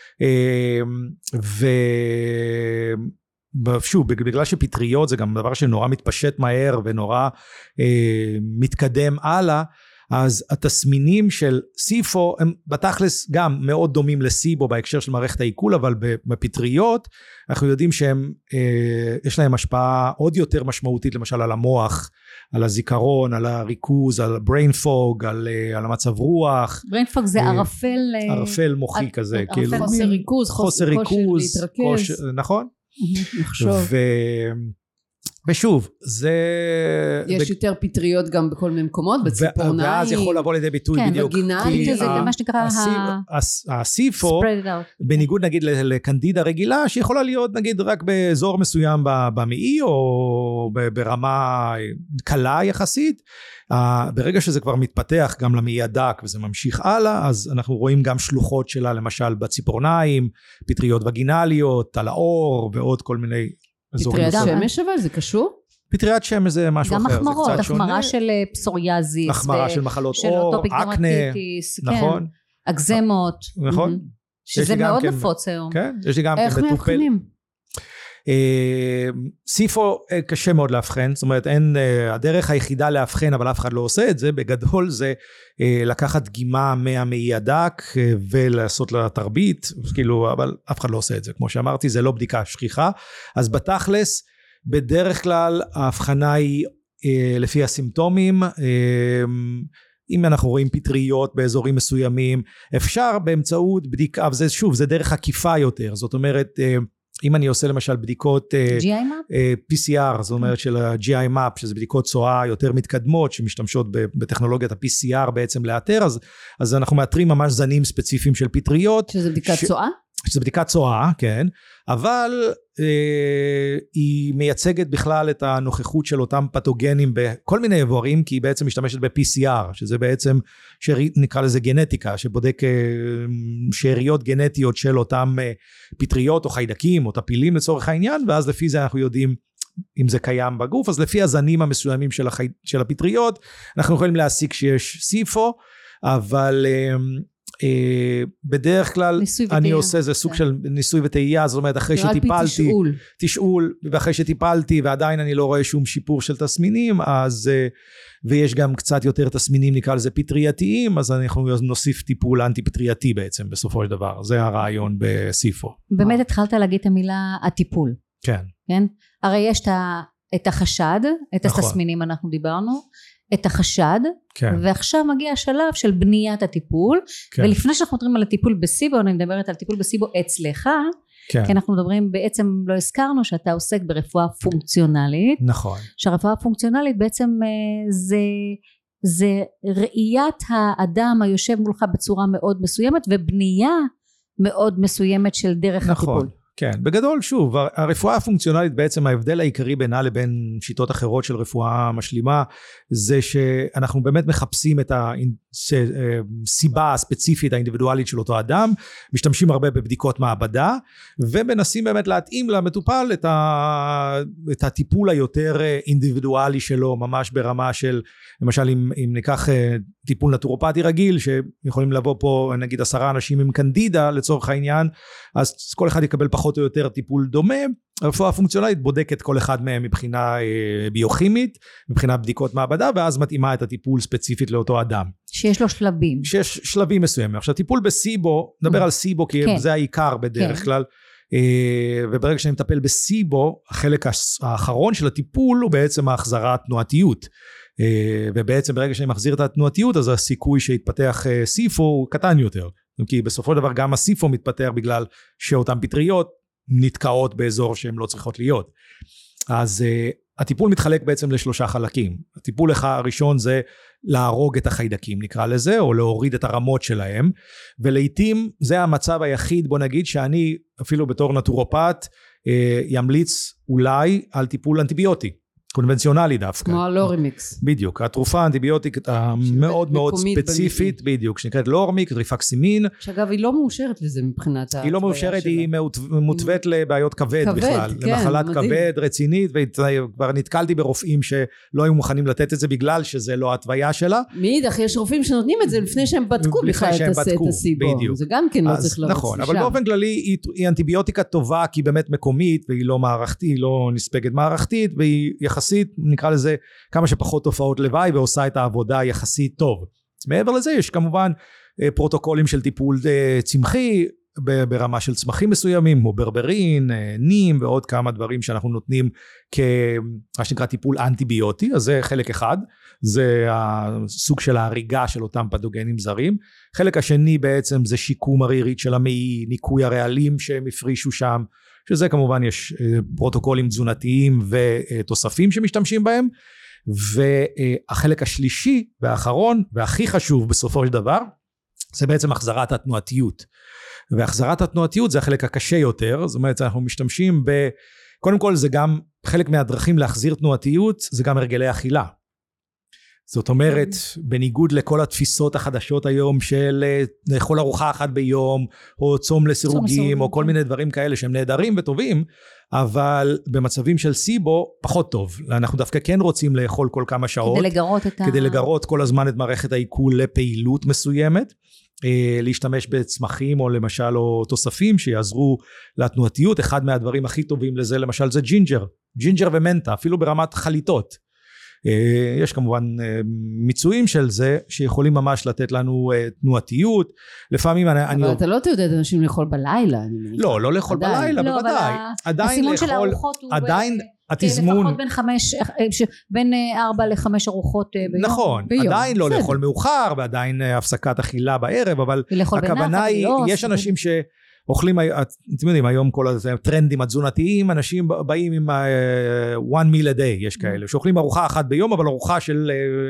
ושוב בגלל שפטריות זה גם דבר שנורא מתפשט מהר ונורא מתקדם הלאה, אז התסמינים של סיפו הם בתכלס גם מאוד דומים לסיבו בהקשר של מערכת העיכול, אבל בפטריות אנחנו יודעים שהם, אה, יש להם השפעה עוד יותר משמעותית, למשל על המוח, על הזיכרון, על הריכוז, על brain fog, על, אה, על המצב רוח. brain fog זה אה, ערפל... ערפל מוחי אה, כזה. ערפל כאילו, חוסר ריכוז, חוסר ריכוז, להתרכז. נכון? לחשוב. ו... ושוב, זה... יש יותר פטריות גם בכל מיני מקומות, בציפורניים. ואז יכול לבוא לידי ביטוי בדיוק. כן, בגינלית, זה מה שנקרא הסיפו, בניגוד נגיד לקנדידה רגילה, שיכולה להיות נגיד רק באזור מסוים במעי, או ברמה קלה יחסית, ברגע שזה כבר מתפתח גם למעי הדק, וזה ממשיך הלאה, אז אנחנו רואים גם שלוחות שלה, למשל בציפורניים, פטריות וגינליות, על האור, ועוד כל מיני... פטריית שמש אבל זה קשור? פטריית שמש זה משהו אחר, גם החמרות, החמרה של פסוריאזיס, החמרה של מחלות אור, אקנה, נכון, אקזמות, נכון, שזה מאוד נפוץ היום. כן, יש לי גם איך מאבחנים? סיפו קשה מאוד להבחן, זאת אומרת אין, הדרך היחידה להבחן אבל אף אחד לא עושה את זה, בגדול זה לקחת דגימה מהמעי הדק ולעשות לה תרבית, כאילו, אבל אף אחד לא עושה את זה, כמו שאמרתי זה לא בדיקה שכיחה, אז בתכלס בדרך כלל ההבחנה היא לפי הסימפטומים, אם אנחנו רואים פטריות באזורים מסוימים, אפשר באמצעות בדיקה, וזה שוב זה דרך עקיפה יותר, זאת אומרת אם אני עושה למשל בדיקות ג'י איי מאפ? פי סי אר, זאת אומרת של ה-ג'י איי מאפ, שזה בדיקות צואה יותר מתקדמות, שמשתמשות בטכנולוגיית ה-פי סי אר בעצם לאתר, אז, אז אנחנו מאתרים ממש זנים ספציפיים של פטריות. שזה בדיקת ש... צואה? שזה בדיקת צואה, כן, אבל אה, היא מייצגת בכלל את הנוכחות של אותם פתוגנים בכל מיני איברים, כי היא בעצם משתמשת ב-פי סי אר, שזה בעצם, שנקרא לזה גנטיקה, שבודק אה, שאריות גנטיות של אותם אה, פטריות או חיידקים או טפילים לצורך העניין, ואז לפי זה אנחנו יודעים אם זה קיים בגוף, אז לפי הזנים המסוימים של, החי... של הפטריות, אנחנו יכולים להסיק שיש סיפו, אבל... אה, בדרך כלל אני עושה זה סוג של ניסוי וטעייה, זאת אומרת אחרי שטיפלתי, תשאול, ואחרי שטיפלתי ועדיין אני לא רואה שום שיפור של תסמינים, אז ויש גם קצת יותר תסמינים נקרא לזה פטרייתיים, אז אנחנו נוסיף טיפול אנטי פטרייתי בעצם בסופו של דבר, זה הרעיון בסיפו. באמת התחלת להגיד את המילה הטיפול. כן. כן? הרי יש את החשד, את התסמינים אנחנו דיברנו, את החשד, כן. ועכשיו מגיע השלב של בניית הטיפול, כן. ולפני שאנחנו מדברים על הטיפול בסיבו, אני מדברת על טיפול בסיבו אצלך, כן. כי אנחנו מדברים, בעצם לא הזכרנו שאתה עוסק ברפואה פונקציונלית, נכון. שהרפואה הפונקציונלית בעצם זה, זה ראיית האדם היושב מולך בצורה מאוד מסוימת, ובנייה מאוד מסוימת של דרך נכון. הטיפול. כן, בגדול שוב, הרפואה הפונקציונלית בעצם ההבדל העיקרי בינה לבין שיטות אחרות של רפואה משלימה, זה שאנחנו באמת מחפשים את הסיבה הספציפית האינדיבידואלית של אותו אדם, משתמשים הרבה בבדיקות מעבדה, ומנסים באמת להתאים למטופל את, ה, את הטיפול היותר אינדיבידואלי שלו, ממש ברמה של, למשל אם, אם ניקח טיפול נטורופטי רגיל, שיכולים לבוא פה נגיד עשרה אנשים עם קנדידה לצורך העניין, אז כל אחד יקבל פחות או יותר טיפול דומה. הרפואה הפונקציונלית בודקת כל אחד מהם מבחינה ביוכימית, מבחינה בדיקות מעבדה, ואז מתאימה את הטיפול ספציפית לאותו אדם. שיש לו שלבים. שיש שלבים מסוימים. עכשיו טיפול בסיבו, נדבר על סיבו כי כן. זה העיקר בדרך כן. כלל, וברגע שאני מטפל בסיבו, החלק האחרון של הטיפול הוא בעצם ההחזרת תנועתיות. ובעצם ברגע שאני מחזיר את התנועתיות, אז הסיכוי שיתפתח סיפו הוא קטן יותר. כי בסופו של דבר גם הסיפו מתפתח בגלל שאותן פטריות נתקעות באזור שהן לא צריכות להיות. אז uh, הטיפול מתחלק בעצם לשלושה חלקים. הטיפול הראשון זה להרוג את החיידקים נקרא לזה, או להוריד את הרמות שלהם, ולעיתים זה המצב היחיד, בוא נגיד שאני אפילו בתור נטורופט uh, ימליץ אולי על טיפול אנטיביוטי. קונבנציונלי דווקא. כמו הלורימיקס. בדיוק, התרופה האנטיביוטית המאוד מאוד ספציפית, בדיוק, שנקראת לורמיק, ריפקסימין. שאגב, היא לא מאושרת לזה מבחינת ההתוויה שלה. היא לא מאושרת, היא מוטבעת לבעיות כבד בכלל, למחלת כבד רצינית, וכבר נתקלתי ברופאים שלא היו מוכנים לתת את זה בגלל שזה לא ההתוויה שלה. מאידך, יש רופאים שנותנים את זה לפני שהם בדקו בכלל את הסיבו. זה גם כן לא צריך לרוץ. נכון, אבל באופן כללי היא אנטיביוטיקה טובה, כי היא באמת מקומית, והיא לא מערכתית, היא לא נספגת מערכתית, והיא יחסית, נקרא לזה כמה שפחות תופעות לוואי, ועושה את העבודה יחסית טוב. מעבר לזה יש כמובן פרוטוקולים של טיפול צמחי, ברמה של צמחים מסוימים, כמו ברברין, נים, ועוד כמה דברים שאנחנו נותנים כמה שנקרא טיפול אנטיביוטי, אז זה חלק אחד, זה הסוג של ההריגה של אותם פתוגנים זרים. חלק השני בעצם זה שיקום הרירית של המעי, ניקוי הרעלים שהם הפרישו שם, שזה כמובן יש פרוטוקולים תזונתיים ותוספים שמשתמשים בהם, והחלק השלישי והאחרון והכי חשוב בסופו של דבר, זה בעצם החזרת התנועתיות, והחזרת התנועתיות זה החלק הקשה יותר, זאת אומרת אנחנו משתמשים ב... קודם כל זה גם חלק מהדרכים להחזיר תנועתיות, זה גם הרגלי אכילה. זאת אומרת, בניגוד לכל התפיסות החדשות היום של לאכול ארוחה אחת ביום, או צום לסירוגים, או כל מיני דברים כאלה שהם נהדרים וטובים, אבל במצבים של סיבו פחות טוב. אנחנו דווקא כן רוצים לאכול כל כמה שעות, כדי לגרות את ה... כדי לגרות כל הזמן את מערכת העיכול לפעילות מסוימת, להשתמש בצמחים או למשל או תוספים שיעזרו לתנועתיות. אחד מהדברים הכי טובים לזה למשל זה ג'ינג'ר, ג'ינג'ר ומנטה, אפילו ברמת חליטות. יש כמובן מיצויים של זה שיכולים ממש לתת לנו תנועתיות. לפעמים אני... אבל אתה לא תעודד אנשים לאכול בלילה. לא, לא לאכול בלילה, בוודאי. הסימון של הארוחות הוא עדיין התזמון... לפחות בין חמש, בין ארבע לחמש ארוחות ביום. נכון, עדיין לא לאכול מאוחר, ועדיין הפסקת אכילה בערב, אבל הכוונה היא, יש אנשים ש... אוכלים, אתם יודעים, היום כל הטרנדים התזונתיים, אנשים באים עם one meal a day, יש כאלה, שאוכלים ארוחה אחת ביום, אבל ארוחה של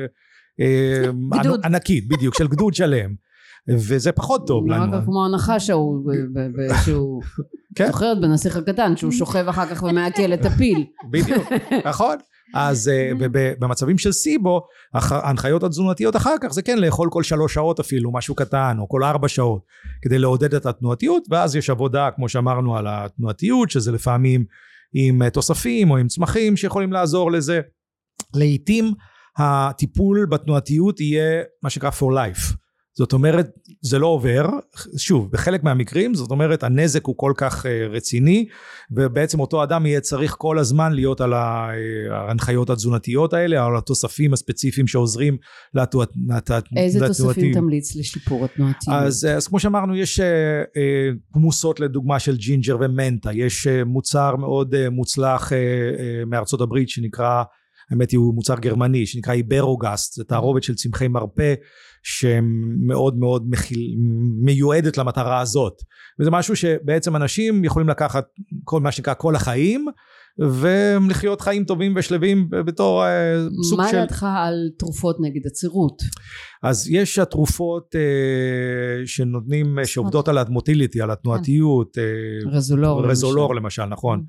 ענקית, בדיוק, של גדוד שלם, וזה פחות טוב לנו. כמו הנחש שהוא זוכרת בנסיך הקטן, שהוא שוכב אחר כך ומעכל את הפיל. בדיוק, נכון. אז במצבים של סיבו, ההנחיות התזונתיות אחר כך זה כן לאכול כל שלוש שעות אפילו, משהו קטן, או כל ארבע שעות, כדי לעודד את התנועתיות, ואז יש עבודה, כמו שאמרנו, על התנועתיות, שזה לפעמים עם תוספים או עם צמחים שיכולים לעזור לזה. לעתים הטיפול בתנועתיות יהיה מה שנקרא for life, זאת אומרת, זה לא עובר, שוב, בחלק מהמקרים, זאת אומרת, הנזק הוא כל כך רציני, ובעצם אותו אדם יהיה צריך כל הזמן להיות על ההנחיות התזונתיות האלה, על התוספים הספציפיים שעוזרים לתנועתיות. איזה תוספים תמליץ לשיפור התנועתיות? אז, אז כמו שאמרנו, יש מוסות לדוגמה של ג'ינג'ר ומנטה, יש מוצר מאוד מוצלח מארצות הברית שנקרא, האמת היא הוא מוצר גרמני, שנקרא איברוגסט, זה תערובת של צמחי מרפא, שמאוד מאוד מכיל, מיועדת למטרה הזאת, וזה משהו שבעצם אנשים יכולים לקחת כל מה שנקרא כל החיים, ולחיות חיים טובים ושלבים בתור סוג מה של... מה דעתך על תרופות נגד עצירות? אז יש התרופות שנותנים, שעובדות על המוטיליטי, על התנועתיות, רזולור, רזולור למשל, נכון.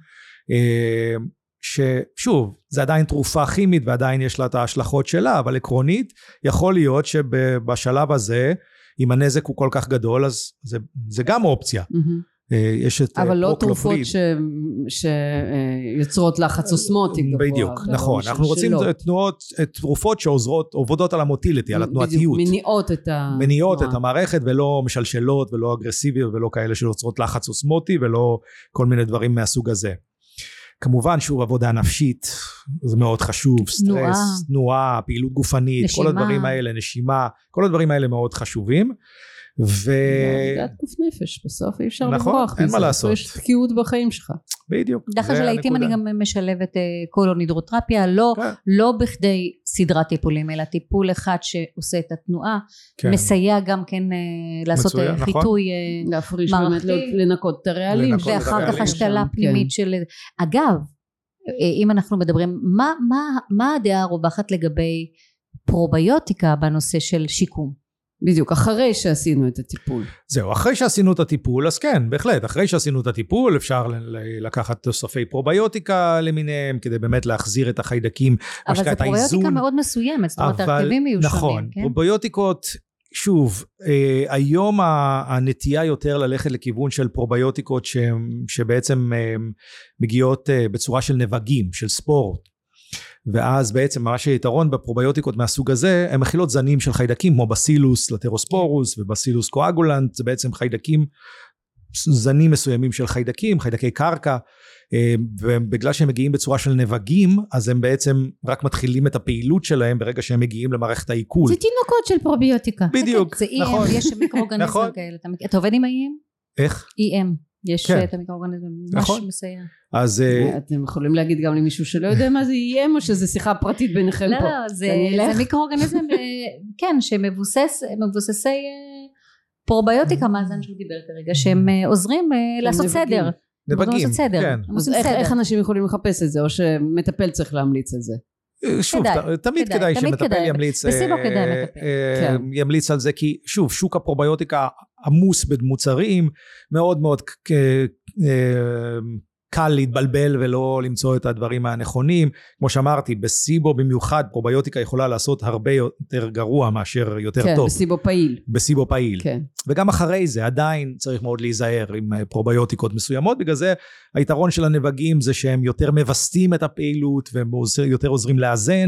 ששוב, זה עדיין תרופה כימית ועדיין יש לה את ההשלכות שלה, אבל עקרונית יכול להיות שבשלב הזה, אם הנזק הוא כל כך גדול, אז זה, זה גם אופציה. Mm-hmm. יש את אבל לא תרופות שיוצרות לחץ אוסמוטי גבוה. בדיוק, נכון. אנחנו רוצים תנועות, תרופות שעוזרות, עובדות על המוטיליטי, על התנועתיות. בדיוק, מניעות את ה... מניעות את המערכת ולא משלשלות ולא אגרסיביות ולא כאלה שיוצרות לחץ אוסמוטי ולא כל מיני דברים מהסוג הזה. כמובן שוב עבודה נפשית, זה מאוד חשוב, סטרס, תנועה, פעילות גופנית, נשימה. כל הדברים האלה, נשימה, כל הדברים האלה מאוד חשובים. ו... עבודת גוף נפש, בסוף אי אפשר נכון, לברוח אין מזה, מה לעשות. יש תקיעות בחיים שלך. בדיוק. דרך שלעיתים אני גם משלבת קולון הידרותרפיה, לא, כן. לא בכדי סדרת טיפולים, אלא טיפול אחד שעושה את התנועה, כן. מסייע גם כן לעשות מצוין, חיטוי נכון? להפריש באמת, לנקות את הרעלים. ואחר כך השתלה פנימית כן. של... אגב, אם אנחנו מדברים, מה, מה, מה הדעה הרווחת לגבי פרוביוטיקה בנושא של שיקום? בדיוק, אחרי שעשינו את הטיפול. זהו, אחרי שעשינו את הטיפול, אז כן, בהחלט, אחרי שעשינו את הטיפול, אפשר לקחת תוספי פרוביוטיקה למיניהם, כדי באמת להחזיר את החיידקים, אבל זה פרוביוטיקה מאוד מסוימת, זאת אומרת, הרכיבים יהיו שונים. נכון, פרוביוטיקות, שוב, היום הנטייה יותר ללכת לכיוון של פרוביוטיקות, שבעצם מגיעות בצורה של נבגים, של ספורט, ואז בעצם מה שיתרון בפרוביוטיקות מהסוג הזה, הם מכילות זנים של חיידקים כמו בסילוס לטרוספורוס ובסילוס קואגולנט, זה בעצם חיידקים, זנים מסוימים של חיידקים, חיידקי קרקע, ובגלל שהם מגיעים בצורה של נבגים, אז הם בעצם רק מתחילים את הפעילות שלהם ברגע שהם מגיעים למערכת העיכול. זה תינוקות של פרוביוטיקה. בדיוק, זה נכון. E M, יש מיקרואורגניזם כאלה. אתה עובד עם ה-E M? איך? E M. יש את המיקרואורגניזם, ממש מסייע. אז... אתם יכולים להגיד גם למישהו שלא יודע מה זה E M, או שזה שיחה פרטית ביניכם פה? לא, לא, זה מיקרואורגניזם, כן, שמבוססי פרוביוטיקה, מאזן שהוא דיבר כרגע, שהם עוזרים לעשות סדר. נבגים, כן. אז איך אנשים יכולים לחפש את זה, או שמטפל צריך להמליץ על זה? שוב, תמיד כדאי שמטפל ימליץ ימליץ על זה, כי שוב, שוק הפרוביוטיקה עמוס במוצרים, מאוד מאוד קל להתבלבל ולא למצוא את הדברים הנכונים. כמו שאמרתי, בסיבו במיוחד פרוביוטיקה יכולה לעשות הרבה יותר גרוע מאשר יותר כן, טוב. כן, בסיבו פעיל. בסיבו פעיל. כן. וגם אחרי זה עדיין צריך מאוד להיזהר עם פרוביוטיקות מסוימות, בגלל זה היתרון של הנבגים זה שהם יותר מבסטים את הפעילות והם יותר עוזרים לאזן.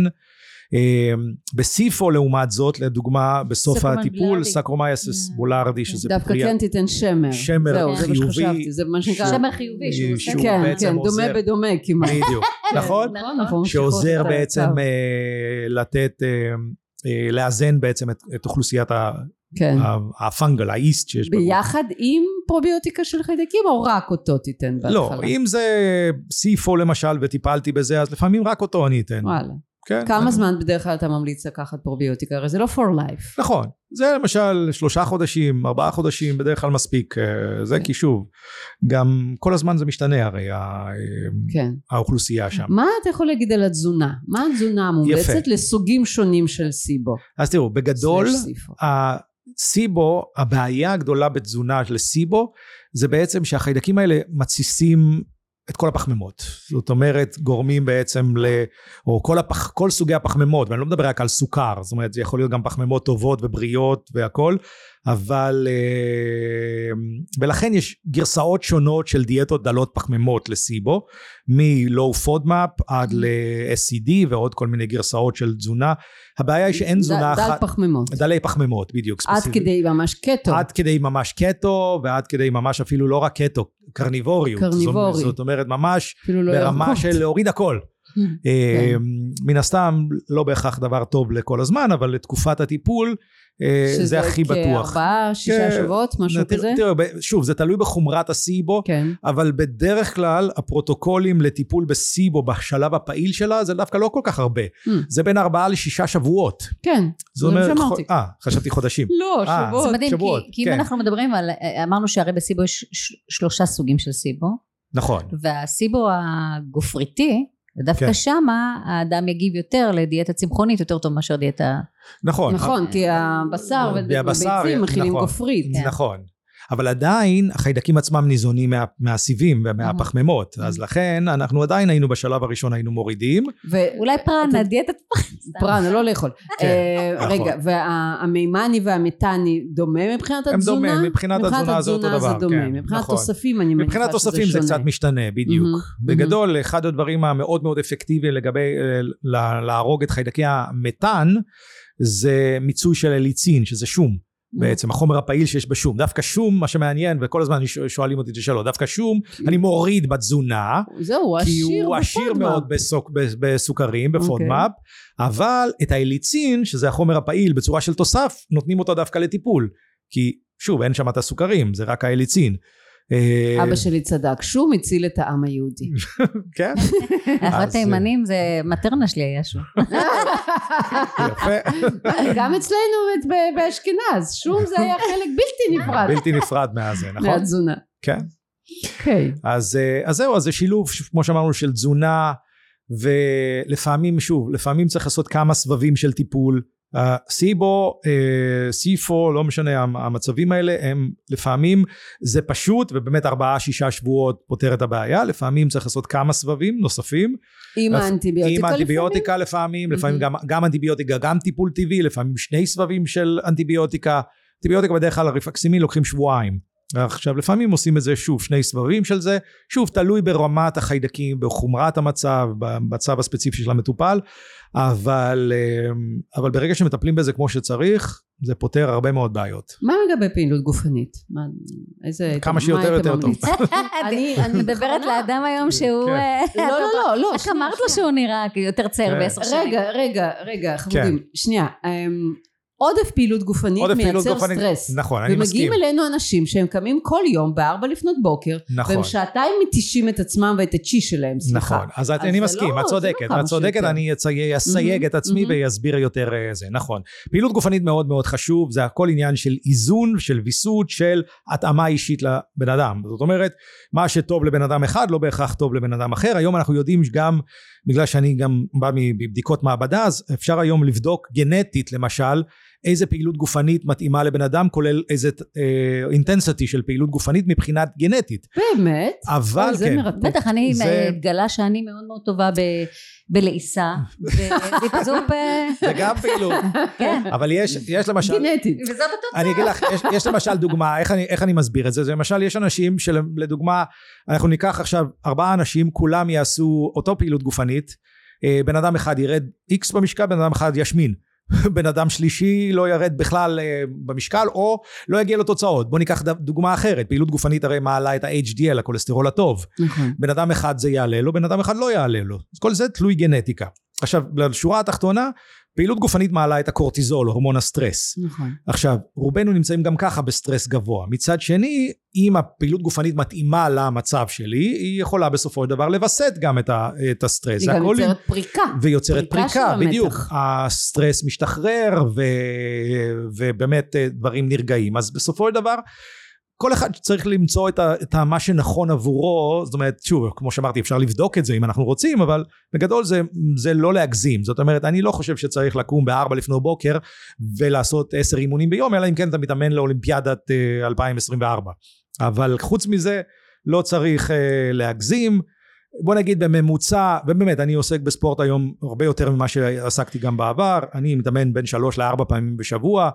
בסיפו לעומת זאת, לדוגמה בסוף הטיפול, סקרומייסיס בולרדי, שזה דווקא כן תיתן שמר. שמר חיובי. זה מה שנקרא. שמר חיובי. כן, כן, דומה בדומה כמעט. בדיוק, נכון? שעוזר בעצם לתת, לאזן בעצם את אוכלוסיית הפנגל, האיסט שיש בגוף. ביחד עם פרוביוטיקה של חיידקים, או רק אותו תיתן בהתחלה? לא, אם זה סיפו למשל וטיפלתי בזה, אז לפעמים רק אותו אני אתן. וואלה. כן, כמה נכון. זמן בדרך כלל אתה ממליץ לקחת פרוביוטיקה? הרי זה לא for life. נכון, זה למשל שלושה חודשים, ארבעה חודשים, בדרך כלל מספיק, זה כי שוב, גם כל הזמן זה משתנה הרי, כן. האוכלוסייה שם. מה אתה יכול להגיד על התזונה? מה התזונה המומלצת לסוגים שונים של סיבו? אז תראו, בגדול, הסיבו, הבעיה הגדולה בתזונה לסיבו, זה בעצם שהחיידקים האלה מתסיסים את כל הפחמימות, זאת אומרת גורמים בעצם ל... או כל, הפח, כל סוגי הפחמימות, ואני לא מדבר רק על סוכר, זאת אומרת זה יכול להיות גם פחמימות טובות ובריאות והכל, אבל ולכן יש גרסאות שונות של דיאטות דלות פחמימות לסיבו, מ-Low FODMAP עד ל-אס סי די ועוד כל מיני גרסאות של תזונה. הבעיה היא שאין תזונה אחת... דל פחמימות. דלי פחמימות, בדיוק. עד כדי ממש קטו. עד כדי ממש קטו, ועד כדי ממש אפילו לא רק קטו, קרניבוריות. קרניבורי. זאת אומרת ממש לא ברמה ירקות. של להוריד הכל. כן. מן הסתם לא בהכרח דבר טוב לכל הזמן, אבל לתקופת הטיפול זה הכי בטוח. שזה כארבעה, שישה שבועות, משהו כזה? תראו, שוב, זה תלוי בחומרת הסיבו, כן. אבל בדרך כלל הפרוטוקולים לטיפול בסיבו בשלב הפעיל שלה, זה דווקא לא כל כך הרבה. זה בין ארבעה לשישה שבועות. כן, זה מה שאמרתי. אה, חשבתי חודשים. לא, שבועות. זה מדהים, שבועות, כי אם כן. אנחנו מדברים על, אמרנו שהרי בסיבו יש שלושה סוגים של סיבו, נכון. והסיבו הגופריתי, ודווקא כן. שמה האדם יגיב יותר לדיאטה צמחונית, יותר טוב מאשר דיאטה... נכון. נכון, כי הבשר והביצים מכילים נכון, גופרית. נכון. אבל עדיין החיידקים עצמם ניזונים מה, מהסיבים ומהפחמימות, אז לכן אנחנו עדיין היינו בשלב הראשון היינו מורידים. אולי פרנה, דיאטת פרנה, לא לאכול. רגע, והמימני והמתני דומה מבחינת התזונה? הם דומה, מבחינת התזונה זה אותו דבר. מבחינת תוספים אני מניחה שזה שונה. מבחינת תוספים זה קצת משתנה, בדיוק. בגדול, אחד הדברים המאוד מאוד אפקטיביים לגבי להרוג את חיידקי המתן, זה מיצוי של אליצין, שזה שום. בעצם החומר הפעיל שיש בשום, דווקא שום מה שמעניין וכל הזמן שואלים אותי את השאלות, דווקא שום אני מוריד בתזונה, זהו, כי הוא עשיר מאוד בסוכרים, בפודמאפ, אבל את האליצין שזה החומר הפעיל בצורה של תוסף נותנים אותו דווקא לטיפול, כי שוב אין שם את הסוכרים, זה רק האליצין. אבא שלי צדק, שום הציל את העם היהודי. כן? אנחנו תימנים זה מטרנה שלי היה שום. יפה. גם אצלנו באשכנז, שום זה היה חלק בלתי נפרד. בלתי נפרד מהזה, נכון? מהתזונה. כן. אוקיי. אז זהו, אז זה שילוב, כמו שאמרנו, של תזונה, ולפעמים, שוב, לפעמים צריך לעשות כמה סבבים של טיפול, סיבו, סיפו, לא משנה, המצבים האלה הם לפעמים זה פשוט ובאמת ארבעה שישה שבועות פותר את הבעיה, לפעמים צריך לעשות כמה סבבים נוספים עם האנטיביוטיקה, עם האנטיביוטיקה לפעמים, לפעמים גם, גם אנטיביוטיקה, גם טיפול טבעי, לפעמים שני סבבים של אנטיביוטיקה, אנטיביוטיקה בדרך כלל הריפקסימין לוקחים שבועיים, עכשיו לפעמים עושים את זה שוב שני סבבים של זה, שוב תלוי ברמת החיידקים, בחומרת המצב, במצב הספציפי של המטופל, אבל, אבל ברגע שמטפלים בזה כמו שצריך, זה פותר הרבה מאוד בעיות. מה לגבי פעילות גופנית? מה, איזה, כמה שיותר יותר טוב. אני מדברת לאדם היום שהוא... לא, לא, לא, לא. איך אמרת לו שהוא נראה יותר צעיר בעשר שנים? רגע, רגע, רגע, חמודים, שנייה. עודף פעילות גופנית מייצר סטרס. נכון, אני מסכים. ומגיעים אלינו אנשים שהם קמים כל יום בארבע לפנות בוקר, והם שעתיים מתישים את עצמם ואת הצ'י שלהם, סליחה. נכון, אז אני מסכים, את צודקת, את צודקת, אני אסייג את עצמי ויסביר יותר זה, נכון. פעילות גופנית מאוד מאוד חשוב, זה הכל עניין של איזון, של ויסות, של התאמה אישית לבן אדם. זאת אומרת, מה שטוב לבן אדם אחד, לא בהכרח טוב לבן אדם אחר. היום אנחנו יודעים גם, בגלל שאני גם בא מבדיקות מעבדה, אז אפשר היום לבדוק גנטית, למשל, איזה פעילות גופנית מתאימה לבן אדם, כולל איזה אינטנסיטי של פעילות גופנית מבחינת גנטית. באמת? אבל כן. בטח, אני מתגלה שאני מאוד מאוד טובה בלעיסה, ופיזור ב... זה גם פעילות. כן. אבל יש למשל... גנטית. וזאת התוצאה. אני אגיד לך, יש למשל דוגמה, איך אני מסביר את זה? למשל, יש אנשים שלדוגמה, אנחנו ניקח עכשיו ארבעה אנשים, כולם יעשו אותו פעילות גופנית, בן אדם אחד ירד X במשקל, בן אדם אחד ישמין. בן אדם שלישי לא ירד בכלל במשקל או לא יגיע לתוצאות. בוא ניקח דוגמה אחרת, פעילות גופנית הרי מעלה את ה-אייץ' די אל, הכולסטרול הטוב. נכון. בן אדם אחד זה יעלה לו, בן אדם אחד לא יעלה לו. אז כל זה תלוי גנטיקה. עכשיו, לשורה התחתונה, פעילות גופנית מעלה את הקורטיזול, הורמון הסטרס. נכון. עכשיו, רובנו נמצאים גם ככה בסטרס גבוה. מצד שני, אם הפעילות גופנית מתאימה למצב שלי, היא יכולה בסופו של דבר לבסט גם את, ה, את הסטרס. היא גם הכל... יוצרת פריקה. ויוצרת פריקה, פריקה בדיוק. הסטרס משתחרר, ו, ובאמת דברים נרגעים. אז בסופו של דבר, כל אחד צריך למצוא את, ה, את מה שנכון עבורו, זאת אומרת, שוב, כמו שאמרתי, אפשר לבדוק את זה אם אנחנו רוצים, אבל בגדול זה, זה לא להגזים. זאת אומרת, אני לא חושב שצריך לקום בארבע לפנות בוקר, ולעשות עשר אימונים ביום, אלא אם כן אתה מתאמן לאולימפיאדת אלפיים עשרים וארבע. אבל חוץ מזה, לא צריך להגזים, בוא נגיד בממוצע, ובאמת אני עוסק בספורט היום הרבה יותר ממה שעסקתי גם בעבר, אני מתאמן בין שלוש לארבע פעמים בשבוע,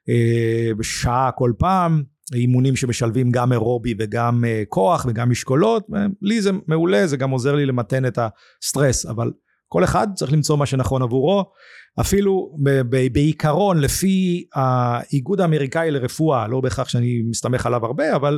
בשעה כל פעם, אימונים שמשלבים גם אירובי וגם כוח וגם משקולות, לי זה מעולה, זה גם עוזר לי למתן את הסטרס, אבל כל אחד צריך למצוא מה שנכון עבורו, אפילו בעיקרון לפי האיגוד האמריקאי לרפואה, לא בהכרח שאני מסתמך עליו הרבה, אבל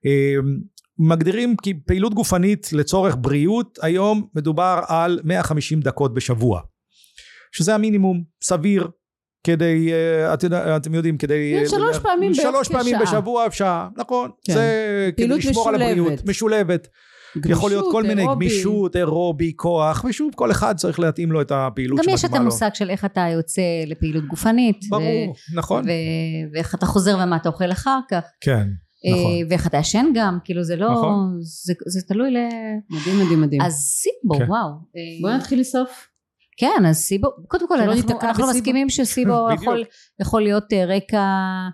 מגדירים כי פעילות גופנית לצורך בריאות, היום מדובר על מאה וחמישים דקות בשבוע, שזה המינימום סביר, כדי, את, אתם יודעים, כדי... שלוש פעמים שלוש פעמים בשבוע אפשר, נכון, זה כדי לשמור על הבריאות, משולבת, יכול להיות כל מיני גמישות, אירובי, כוח, ושוב, כל אחד צריך להתאים לו את הפעילות שמתאימה לו. גם יש את המושג של איך אתה יוצא לפעילות גופנית. ברור, נכון. ואיך אתה חוזר ומה אתה אוכל אחר כך. כן, נכון. ואיך אתה ישן גם, כאילו זה לא... זה תלוי ל... מדהים, מדהים, מדהים. אז סיבו, וואו. בואו נתחיל לסוף. כן, אז סיבו, קודם כל אנחנו מסכימים שסיבו יכול להיות רקע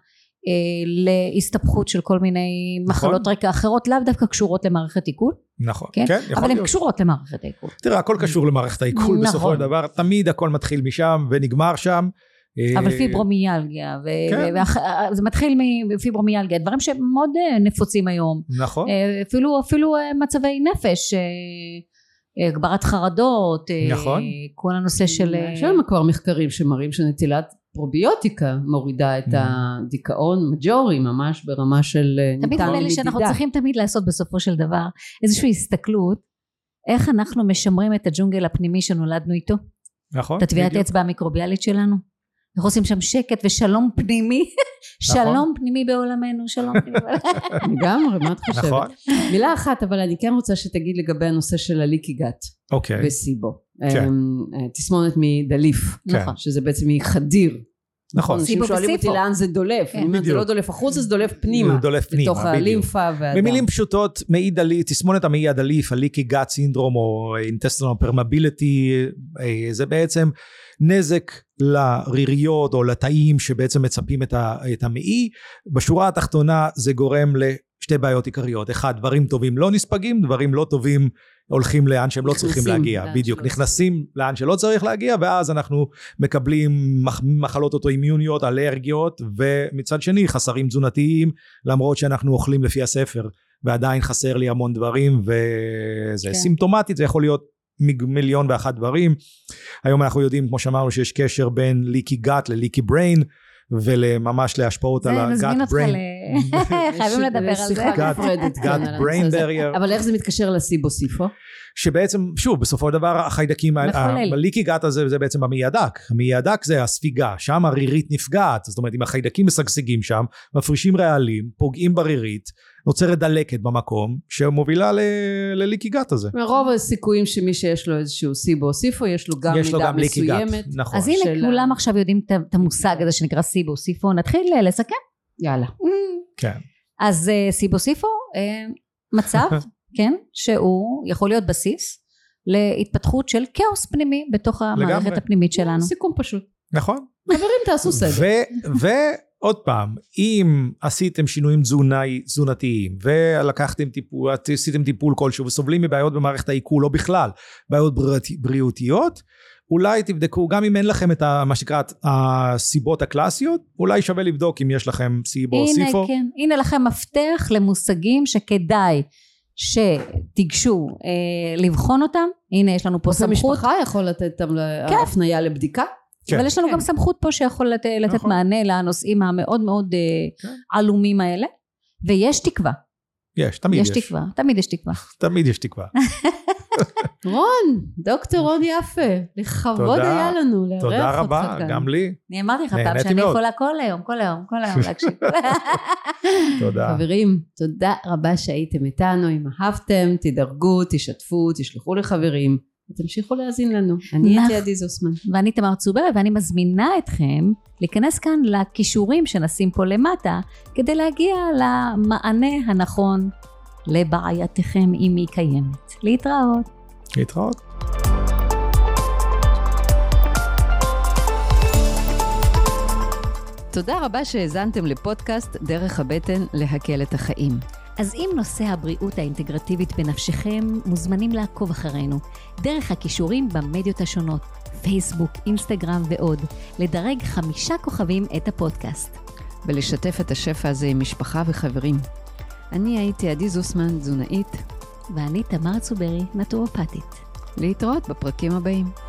להסתבכות של כל מיני מחלות רקע אחרות, לאו דווקא קשורות למערכת עיכול. נכון, כן, יכול להיות. אבל הן קשורות למערכת העיכול. תראה, הכל קשור למערכת העיכול בסופו של דבר, תמיד הכל מתחיל משם ונגמר שם. אבל פיברומיאלגיה, זה מתחיל מפיברומיאלגיה, דברים שמאוד נפוצים היום. נכון. אפילו מצבי נפש, הגברת חרדות, נכון. כל הנושא של... יש לנו כבר מחקרים שמראים שנטילת פרוביוטיקה מורידה את הדיכאון מג'ורי, ממש ברמה של... תמיד נראה לי שאנחנו צריכים תמיד לעשות בסופו של דבר איזושהי הסתכלות, איך אנחנו משמרים את הג'ונגל הפנימי שנולדנו איתו. נכון. את הטביעת האצבע המיקרוביאלית שלנו. אנחנו עושים שם שקט ושלום פנימי, שלום פנימי בעולמנו, שלום פנימי בעולמנו. לגמרי, מה את חושבת? מילה אחת, אבל אני כן רוצה שתגיד לגבי הנושא של הליקי גאט וסיבו. תסמונת מדליף, שזה בעצם מחדיר. נכון. אנשים שואלים אותי לאן זה דולף, אני אומרת זה לא דולף החוץ, זה דולף פנימה, לתוך הלימפה והדם. במילים פשוטות, מעי דליף, תסמונת המעי הדליף, הליקי גאט סינדרום או intestinal permeability, זה בעצם נזק לריריות או לתאים שבעצם מצפים את המעי. בשורה התחתונה זה גורם לשתי בעיות עיקריות, אחד, דברים טובים לא נספגים, דברים לא טובים הולכים לאן שהם לא צריכים להגיע, בדיוק, נכנסים לאן שלא צריך להגיע, ואז אנחנו מקבלים מחלות אוטואימיוניות, אלרגיות, ומצד שני חסרים תזונתיים, למרות שאנחנו אוכלים לפי הספר, ועדיין חסר לי המון דברים, וזה סימפטומטית, זה יכול להיות מיליון ואחת דברים. היום אנחנו יודעים, כמו שאמרנו, שיש קשר בין ליקי גאט לליקי בריין, ולממש להשפעות על הגאט בריין. חייבים לדבר על זה. גאט בריין ברייר. אבל איך זה מתקשר לסיבו-סיפו? שבעצם, שוב, בסופו של דבר, החיידקים, הליקי גאט הזה, זה בעצם המעי הדק. המעי הדק זה הספיגה, שם הרירית נפגעת. זאת אומרת, אם החיידקים משגשגים שם, מפרישים רעלים, פוגעים ברירית, נוצרת דלקת במקום, שמובילה לליקי גאט הזה. מרוב הסיכויים שמי שיש לו איזשהו סיבו-סיפו, יש לו גם מידה מסוימת. אז הנה, כולם עכשיו יודעים את המושג הזה שנקרא סיבו-סיפו, נתחיל לסכם? יאללה. כן. אז סיבו-סיפו, מצב, כן, שהוא יכול להיות בסיס להתפתחות של כאוס פנימי בתוך המערכת הפנימית שלנו. סיכום פשוט. נכון. חברים, תעשו סדר. ועוד פעם, אם עשיתם שינויים תזונתיים ולקחתם טיפול, עשיתם טיפול כלשהו וסובלים מבעיות במערכת העיכול או בכלל בעיות בריאותיות, אולי תבדקו, גם אם אין לכם את מה שנקרא הסיבות הקלאסיות, אולי שווה לבדוק אם יש לכם סיבו או סיפו. הנה, כן. הנה לכם מפתח למושגים שכדאי שתיגשו אה, לבחון אותם. הנה, יש לנו פה סמכות. המשפחה יכול לתת אותם להפניה לבדיקה. כן. אבל יש לנו כן. גם סמכות פה שיכול לת... לתת נכון. מענה לנושאים המאוד מאוד כן. עלומים האלה. ויש תקווה. יש, תמיד יש. יש תקווה, תמיד יש תקווה. תמיד יש תקווה. רון, דוקטור רון יפה, לכבוד היה לנו לארח אותך כאן. תודה רבה, גם לי. אני אמרתי לך פעם שאני יכולה כל היום, כל היום, כל היום להקשיב. תודה. חברים, תודה רבה שהייתם איתנו, אם אהבתם, תדרגו, תשתפו, תשלחו לחברים, ותמשיכו להאזין לנו. אני הייתי עדי זוסמן. ואני תמר צוברי, ואני מזמינה אתכם להיכנס כאן לכישורים שנשים פה למטה, כדי להגיע למענה הנכון לבעייתכם אם היא קיימת. להתראות. להתראות. תודה רבה שהאזנתם לפודקאסט דרך הבטן להקל את החיים. אז אם נושא הבריאות האינטגרטיבית בנפשכם, מוזמנים לעקוב אחרינו, דרך הכישורים במדיות השונות, פייסבוק, אינסטגרם ועוד, לדרג חמישה כוכבים את הפודקאסט. ולשתף את השפע הזה עם משפחה וחברים. אני הייתי עדי זוסמן, תזונאית. ואני תמר צוברי, נטורופטית. להתראות בפרקים הבאים.